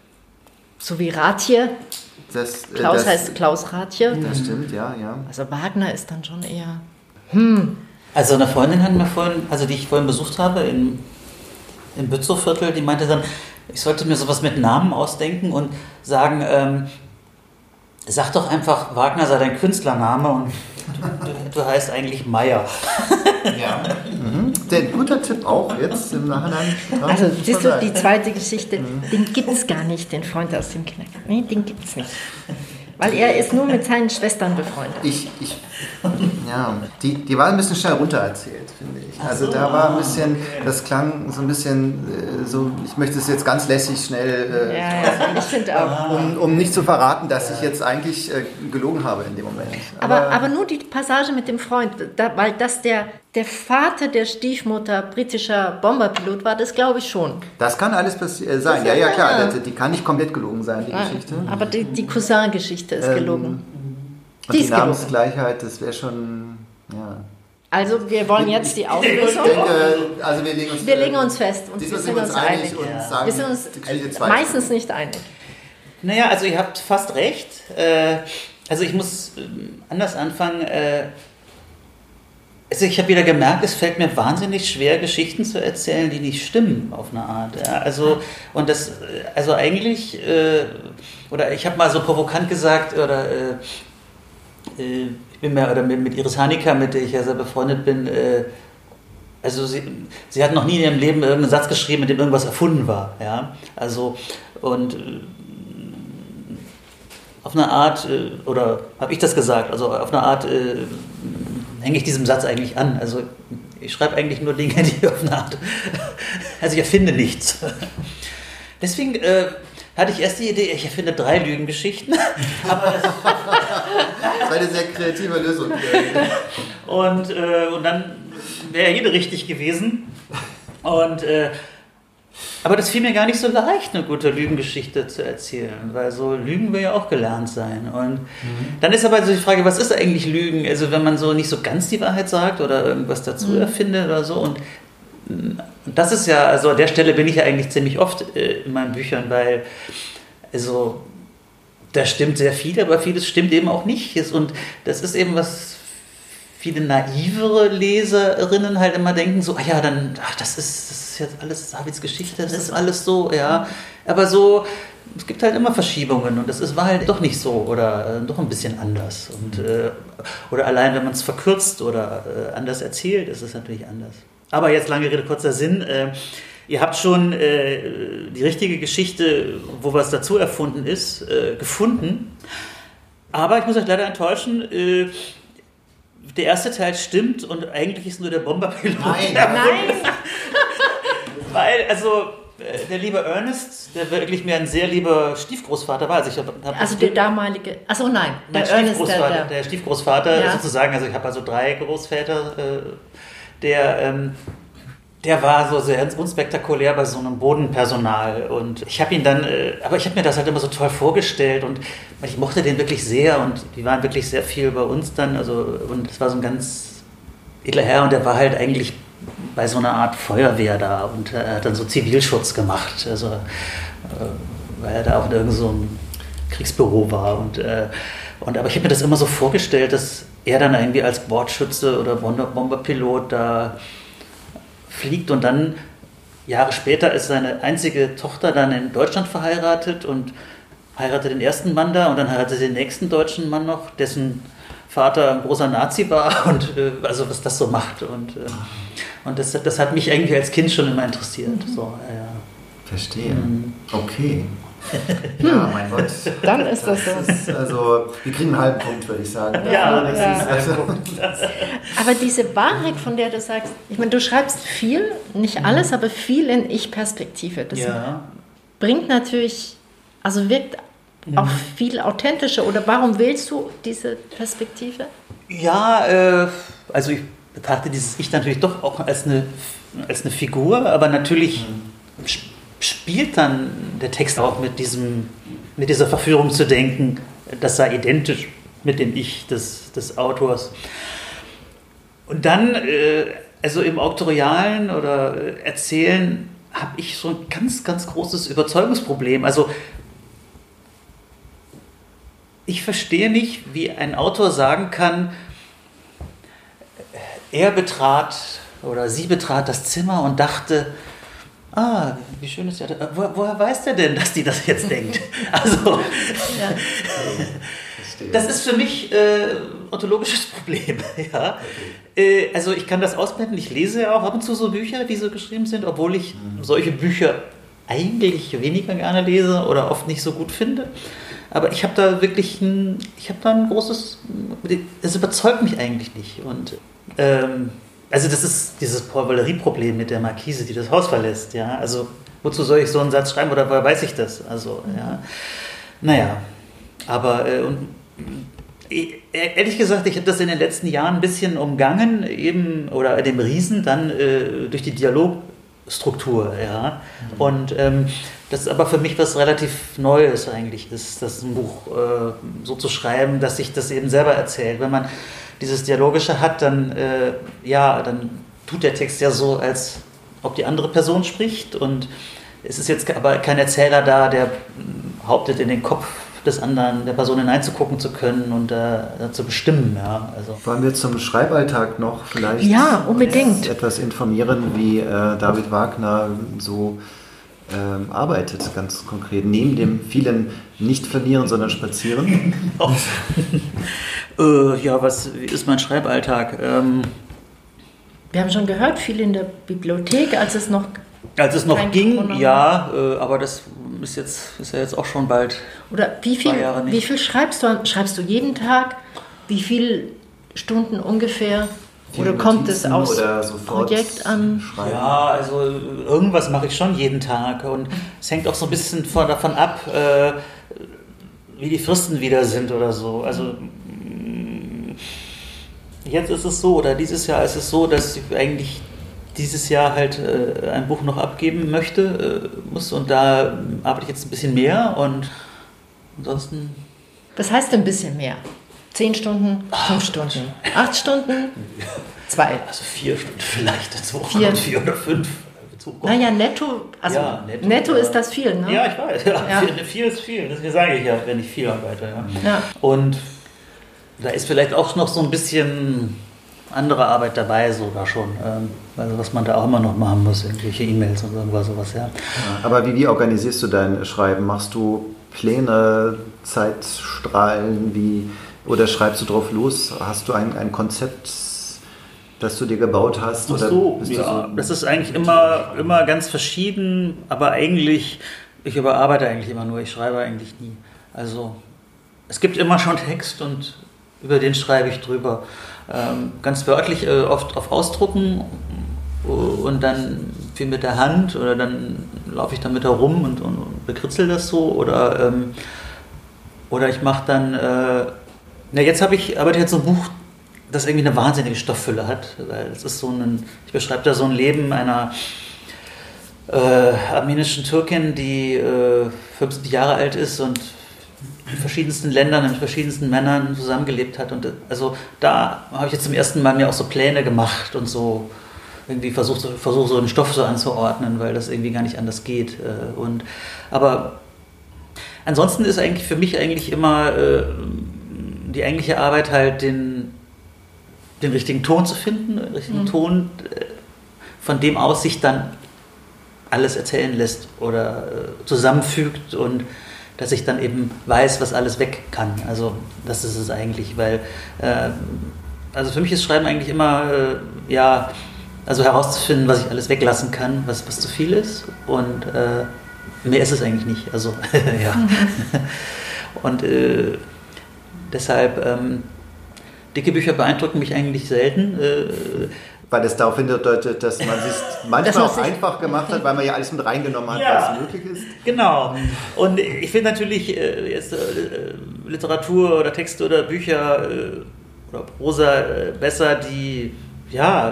so wie Rathje. Das, äh, Klaus das, heißt Klaus Rathje. Das stimmt, ja, ja. Also Wagner ist dann schon eher... Hm. Also eine Freundin hat mir vorhin, also die ich vorhin besucht habe in, im Bützowviertel, die meinte dann, ich sollte mir sowas mit Namen ausdenken und sagen, ähm, sag doch einfach, Wagner sei dein Künstlername und du, du heißt eigentlich Meyer. Ja. Mhm. Der guter Tipp auch jetzt im Nachhinein. Also siehst du, die zweite Geschichte, mhm. den gibt es gar nicht, den Freund aus dem Knast. Nee, den gibt es nicht. Weil er ist nur mit seinen Schwestern befreundet. Ich, ich, ja, die, die war ein bisschen schnell runtererzählt, finde ich. Also so, da war ein bisschen, das klang so ein bisschen äh, so, ich möchte es jetzt ganz lässig schnell, äh, ja, ja, ich finde auch. Um, um nicht zu verraten, dass ich jetzt eigentlich äh, gelogen habe in dem Moment. Aber, aber, aber nur die Passage mit dem Freund, da, weil das der, der Vater der Stiefmutter britischer Bomberpilot war, das glaube ich schon. Das kann alles passi- sein, ja, ja, klar, die, die kann nicht komplett gelogen sein, die Geschichte. Aber die, die Cousin-Geschichte ist gelogen. Ähm, die, die ist Namensgleichheit, das wäre schon, ja. Also wir wollen jetzt die Auflösung. Ich denke, also wir legen uns, wir legen uns fest und wir sind uns einig. einig. Und ja. sagen, wir sind uns meistens nicht einig. Naja, also ihr habt fast recht. Also ich muss anders anfangen. Also ich habe wieder gemerkt, es fällt mir wahnsinnig schwer, Geschichten zu erzählen, die nicht stimmen, auf eine Art. Ja, also, und das, also eigentlich, oder ich habe mal so provokant gesagt, oder ich bin mehr, oder mit, mit Iris Hanika, mit der ich ja sehr befreundet bin, äh, also sie, sie hat noch nie in ihrem Leben irgendeinen Satz geschrieben, mit dem irgendwas erfunden war, ja, also, und äh, auf eine Art, äh, oder habe ich das gesagt, also auf eine Art äh, hänge ich diesem Satz eigentlich an, also ich schreibe eigentlich nur Dinge, die auf eine Art, also ich erfinde nichts. Deswegen äh, hatte ich erst die Idee, ich erfinde drei Lügengeschichten. Aber das war eine sehr kreative Lösung. Und, äh, und dann wäre jede richtig gewesen. Und, äh, aber das fiel mir gar nicht so leicht, eine gute Lügengeschichte zu erzählen, weil so Lügen will ja auch gelernt sein. Und mhm. dann ist aber so die Frage, was ist eigentlich Lügen? Also wenn man so nicht so ganz die Wahrheit sagt oder irgendwas dazu mhm. erfindet oder so. Und Und das ist ja, also an der Stelle bin ich ja eigentlich ziemlich oft äh, in meinen Büchern, weil, also, da stimmt sehr viel, aber vieles stimmt eben auch nicht. Und das ist eben, was viele naivere Leserinnen halt immer denken, so, ah ja, dann, ach, das ist, das ist jetzt alles Davids Geschichte, das ist alles so, ja. Aber so, es gibt halt immer Verschiebungen und das ist, war halt doch nicht so oder äh, doch ein bisschen anders. Und, äh, oder allein, wenn man es verkürzt oder äh, anders erzählt, ist es natürlich anders. Aber jetzt lange Rede, kurzer Sinn. Äh, ihr habt schon äh, die richtige Geschichte, wo was dazu erfunden ist, äh, gefunden. Aber ich muss euch leider enttäuschen, äh, der erste Teil stimmt und eigentlich ist nur der Bomberpilot. Nein, nein. Weil, also, der liebe Ernest, der wirklich mir ein sehr lieber Stiefgroßvater war. Also, ich hab, hab also der damalige, achso nein, der Ernest, der, der, der Stiefgroßvater ja. sozusagen. Also ich habe also drei Großväter. Äh, Der, ähm, der war so sehr unspektakulär bei so einem Bodenpersonal und ich habe ihn dann, äh, aber ich habe mir das halt immer so toll vorgestellt und ich mochte den wirklich sehr und die waren wirklich sehr viel bei uns dann, also und es war so ein ganz edler Herr und der war halt eigentlich bei so einer Art Feuerwehr da und er hat dann so Zivilschutz gemacht, also äh, weil er da auch in irgendeinem so Kriegsbüro war und, äh, und aber ich habe mir das immer so vorgestellt, dass er dann irgendwie als Bordschütze oder Bomberpilot da fliegt und dann Jahre später ist seine einzige Tochter dann in Deutschland verheiratet und heiratet den ersten Mann da und dann heiratet den nächsten deutschen Mann noch, dessen Vater ein großer Nazi war und äh, also was das so macht und, äh, und das, das hat mich eigentlich als Kind schon immer interessiert. So, ja. Verstehe. Mhm. Okay. Ja, mein Gott. Dann ist das, das so. Ist also, wir kriegen einen halben Punkt, würde ich sagen. Ja, das ja. ist also. Aber diese Wahrheit, von der du sagst, ich meine, du schreibst viel, nicht alles, aber viel in Ich-Perspektive. Das ja. bringt natürlich, also wirkt auch viel authentischer. Oder warum wählst du diese Perspektive? Ja, äh, also ich betrachte dieses Ich natürlich doch auch als eine, als eine Figur, aber natürlich mhm. spielt dann der Text auch mit, diesem, mit dieser Verführung zu denken, das sei identisch mit dem Ich des, des Autors. Und dann, äh, also im Auktorialen oder Erzählen, habe ich so ein ganz, ganz großes Überzeugungsproblem. Also ich verstehe nicht, wie ein Autor sagen kann, er betrat oder sie betrat das Zimmer und dachte, ah, wie schön ist ja, wo, woher weiß der denn, dass die das jetzt denkt? Also, ja. Das ist für mich äh, ontologisches Problem. Ja? Äh, also ich kann das ausblenden, ich lese ja auch ab und zu so Bücher, die so geschrieben sind, obwohl ich mhm. solche Bücher eigentlich weniger gerne lese oder oft nicht so gut finde. Aber ich habe da wirklich ein, ich habe da ein großes, das überzeugt mich eigentlich nicht. Und ähm, also das ist dieses Paul Valéry-Problem mit der Marquise, die das Haus verlässt. Ja? Also wozu soll ich so einen Satz schreiben oder woher weiß ich das? Also, ja. Naja, aber äh, und, ehrlich gesagt, ich habe das in den letzten Jahren ein bisschen umgangen, eben, oder dem Riesen dann äh, durch die Dialogstruktur, ja. Mhm. Und ähm, das ist aber für mich was relativ Neues eigentlich, ist, das ein Buch äh, so zu schreiben, dass sich das eben selber erzählt. Wenn man dieses Dialogische hat, dann, äh, ja, dann tut der Text ja so, als ob die andere Person spricht, und es ist jetzt aber kein Erzähler da, der behauptet, in den Kopf des anderen, der Person hineinzugucken zu können und äh, zu bestimmen. Ja, also. Wollen wir zum Schreiballtag noch vielleicht ja, unbedingt. etwas informieren, wie äh, David Wagner so ähm, arbeitet, ganz konkret, neben dem vielen nicht flanieren, sondern spazieren? Oh. äh, ja, was ist mein Schreiballtag? Ähm, wir haben schon gehört, viel in der Bibliothek, als es noch Als es noch ging, Corona. ja, äh, aber das ist jetzt ist ja jetzt auch schon bald. Oder wie viel, wie viel schreibst du? Schreibst du jeden Tag? Wie viele Stunden ungefähr? Oder kommt es aufs Projekt an? Schreiben. Ja, also irgendwas mache ich schon jeden Tag, und es hängt auch so ein bisschen von, davon ab, äh, wie die Fristen wieder sind oder so. Also jetzt ist es so, oder dieses Jahr ist es so, dass ich eigentlich dieses Jahr halt äh, ein Buch noch abgeben möchte, äh, muss, und da arbeite ich jetzt ein bisschen mehr, und ansonsten... Was heißt ein bisschen mehr? Zehn Stunden, fünf Stunden, acht Stunden, zwei? Also vier Stunden vielleicht, dazu vier. vier oder fünf. Naja, netto, also ja, netto, netto ja. Ist das viel, ne? Ja, ich weiß, ja. Ja. Viel, viel ist viel, das sage ich ja, wenn ich viel arbeite. Ja. Ja. Und da ist vielleicht auch noch so ein bisschen andere Arbeit dabei sogar schon, ähm, also was man da auch immer noch machen muss, irgendwelche E-Mails und irgendwas sowas, ja. Ja, aber wie, wie organisierst du dein Schreiben? Machst du Pläne, Zeitstrahlen, wie, oder schreibst du drauf los? Hast du ein, ein Konzept, das du dir gebaut hast? Oder Ach so, bist ja, du so das ist eigentlich immer, immer ganz verschieden, aber eigentlich, ich überarbeite eigentlich immer nur, ich schreibe eigentlich nie. Also es gibt immer schon Text, und über den schreibe ich drüber. Ähm, ganz wörtlich äh, oft auf Ausdrucken, und dann viel mit der Hand, oder dann laufe ich damit herum und, und, und bekritzel das so, oder, ähm, oder ich mache dann, äh, na jetzt habe ich, arbeite jetzt so ein Buch, das irgendwie eine wahnsinnige Stofffülle hat, weil es ist so ein, ich beschreibe da so ein Leben einer äh, armenischen Türkin, die äh, fünfzig Jahre alt ist und in verschiedensten Ländern, mit verschiedensten Männern zusammengelebt hat. Und also da habe ich jetzt zum ersten Mal mir auch so Pläne gemacht und so irgendwie versucht, versucht so einen Stoff so anzuordnen, weil das irgendwie gar nicht anders geht. Und, aber ansonsten ist eigentlich für mich eigentlich immer äh, die eigentliche Arbeit halt den, den richtigen Ton zu finden, den richtigen mhm. Ton, von dem aus sich dann alles erzählen lässt oder äh, zusammenfügt, und dass ich dann eben weiß, was alles weg kann. Also das ist es eigentlich, weil äh, also für mich ist Schreiben eigentlich immer äh, ja, also herauszufinden, was ich alles weglassen kann, was, was zu viel ist, und äh, mehr ist es eigentlich nicht. Also ja. Und äh, deshalb ähm, dicke Bücher beeindrucken mich eigentlich selten. Äh, Weil es darauf hindeutet, dass man es manchmal auch einfach gemacht hat, weil man ja alles mit reingenommen hat, ja, was möglich ist. Genau. Und ich finde natürlich äh, jetzt, äh, Literatur oder Texte oder Bücher äh, oder Prosa äh, besser, die ja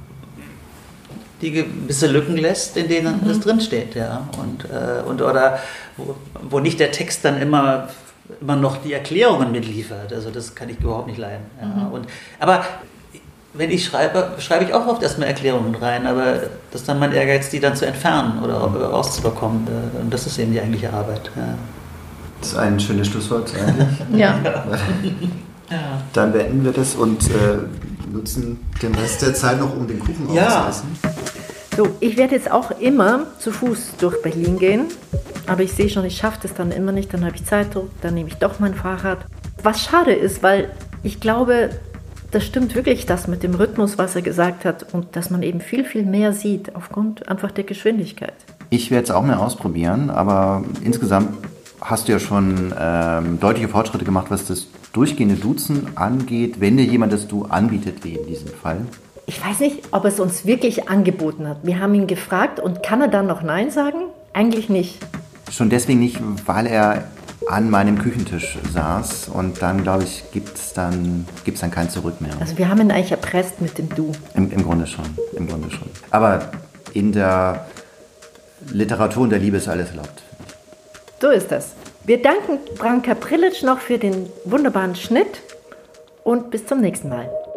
die gewisse Lücken lässt, in denen mhm. das drinsteht. Ja. Und, äh, und, oder wo, wo nicht der Text dann immer, immer noch die Erklärungen mitliefert. Also das kann ich überhaupt nicht leiden. Ja. Mhm. Und, aber wenn ich schreibe, schreibe ich auch oft erstmal Erklärungen rein, aber das ist dann mein Ehrgeiz, die dann zu entfernen oder rauszubekommen. Und das ist eben die eigentliche Arbeit. Ja. Das ist ein schönes Schlusswort eigentlich. Ja. Dann beenden wir das, und äh, nutzen den Rest der Zeit noch, um den Kuchen Ja. aufzuessen. So, ich werde jetzt auch immer zu Fuß durch Berlin gehen, aber ich sehe schon, ich schaffe das dann immer nicht, dann habe ich Zeitdruck, dann nehme ich doch mein Fahrrad. Was schade ist, weil ich glaube, das stimmt wirklich, das mit dem Rhythmus, was er gesagt hat und dass man eben viel, viel mehr sieht aufgrund einfach der Geschwindigkeit. Ich werde es auch mehr ausprobieren, aber insgesamt hast du ja schon ähm, deutliche Fortschritte gemacht, was das durchgehende Duzen angeht, wenn dir jemand das Du anbietet, wie in diesem Fall. Ich weiß nicht, ob er es uns wirklich angeboten hat. Wir haben ihn gefragt und kann er dann noch Nein sagen? Eigentlich nicht. Schon deswegen nicht, weil er an meinem Küchentisch saß und dann, glaube ich, gibt es dann, gibt's dann kein Zurück mehr. Also wir haben ihn eigentlich erpresst mit dem Du. Im, Im Grunde schon, im Grunde schon. Aber in der Literatur und der Liebe ist alles erlaubt. So ist das. Wir danken Branka Prilic noch für den wunderbaren Schnitt und bis zum nächsten Mal.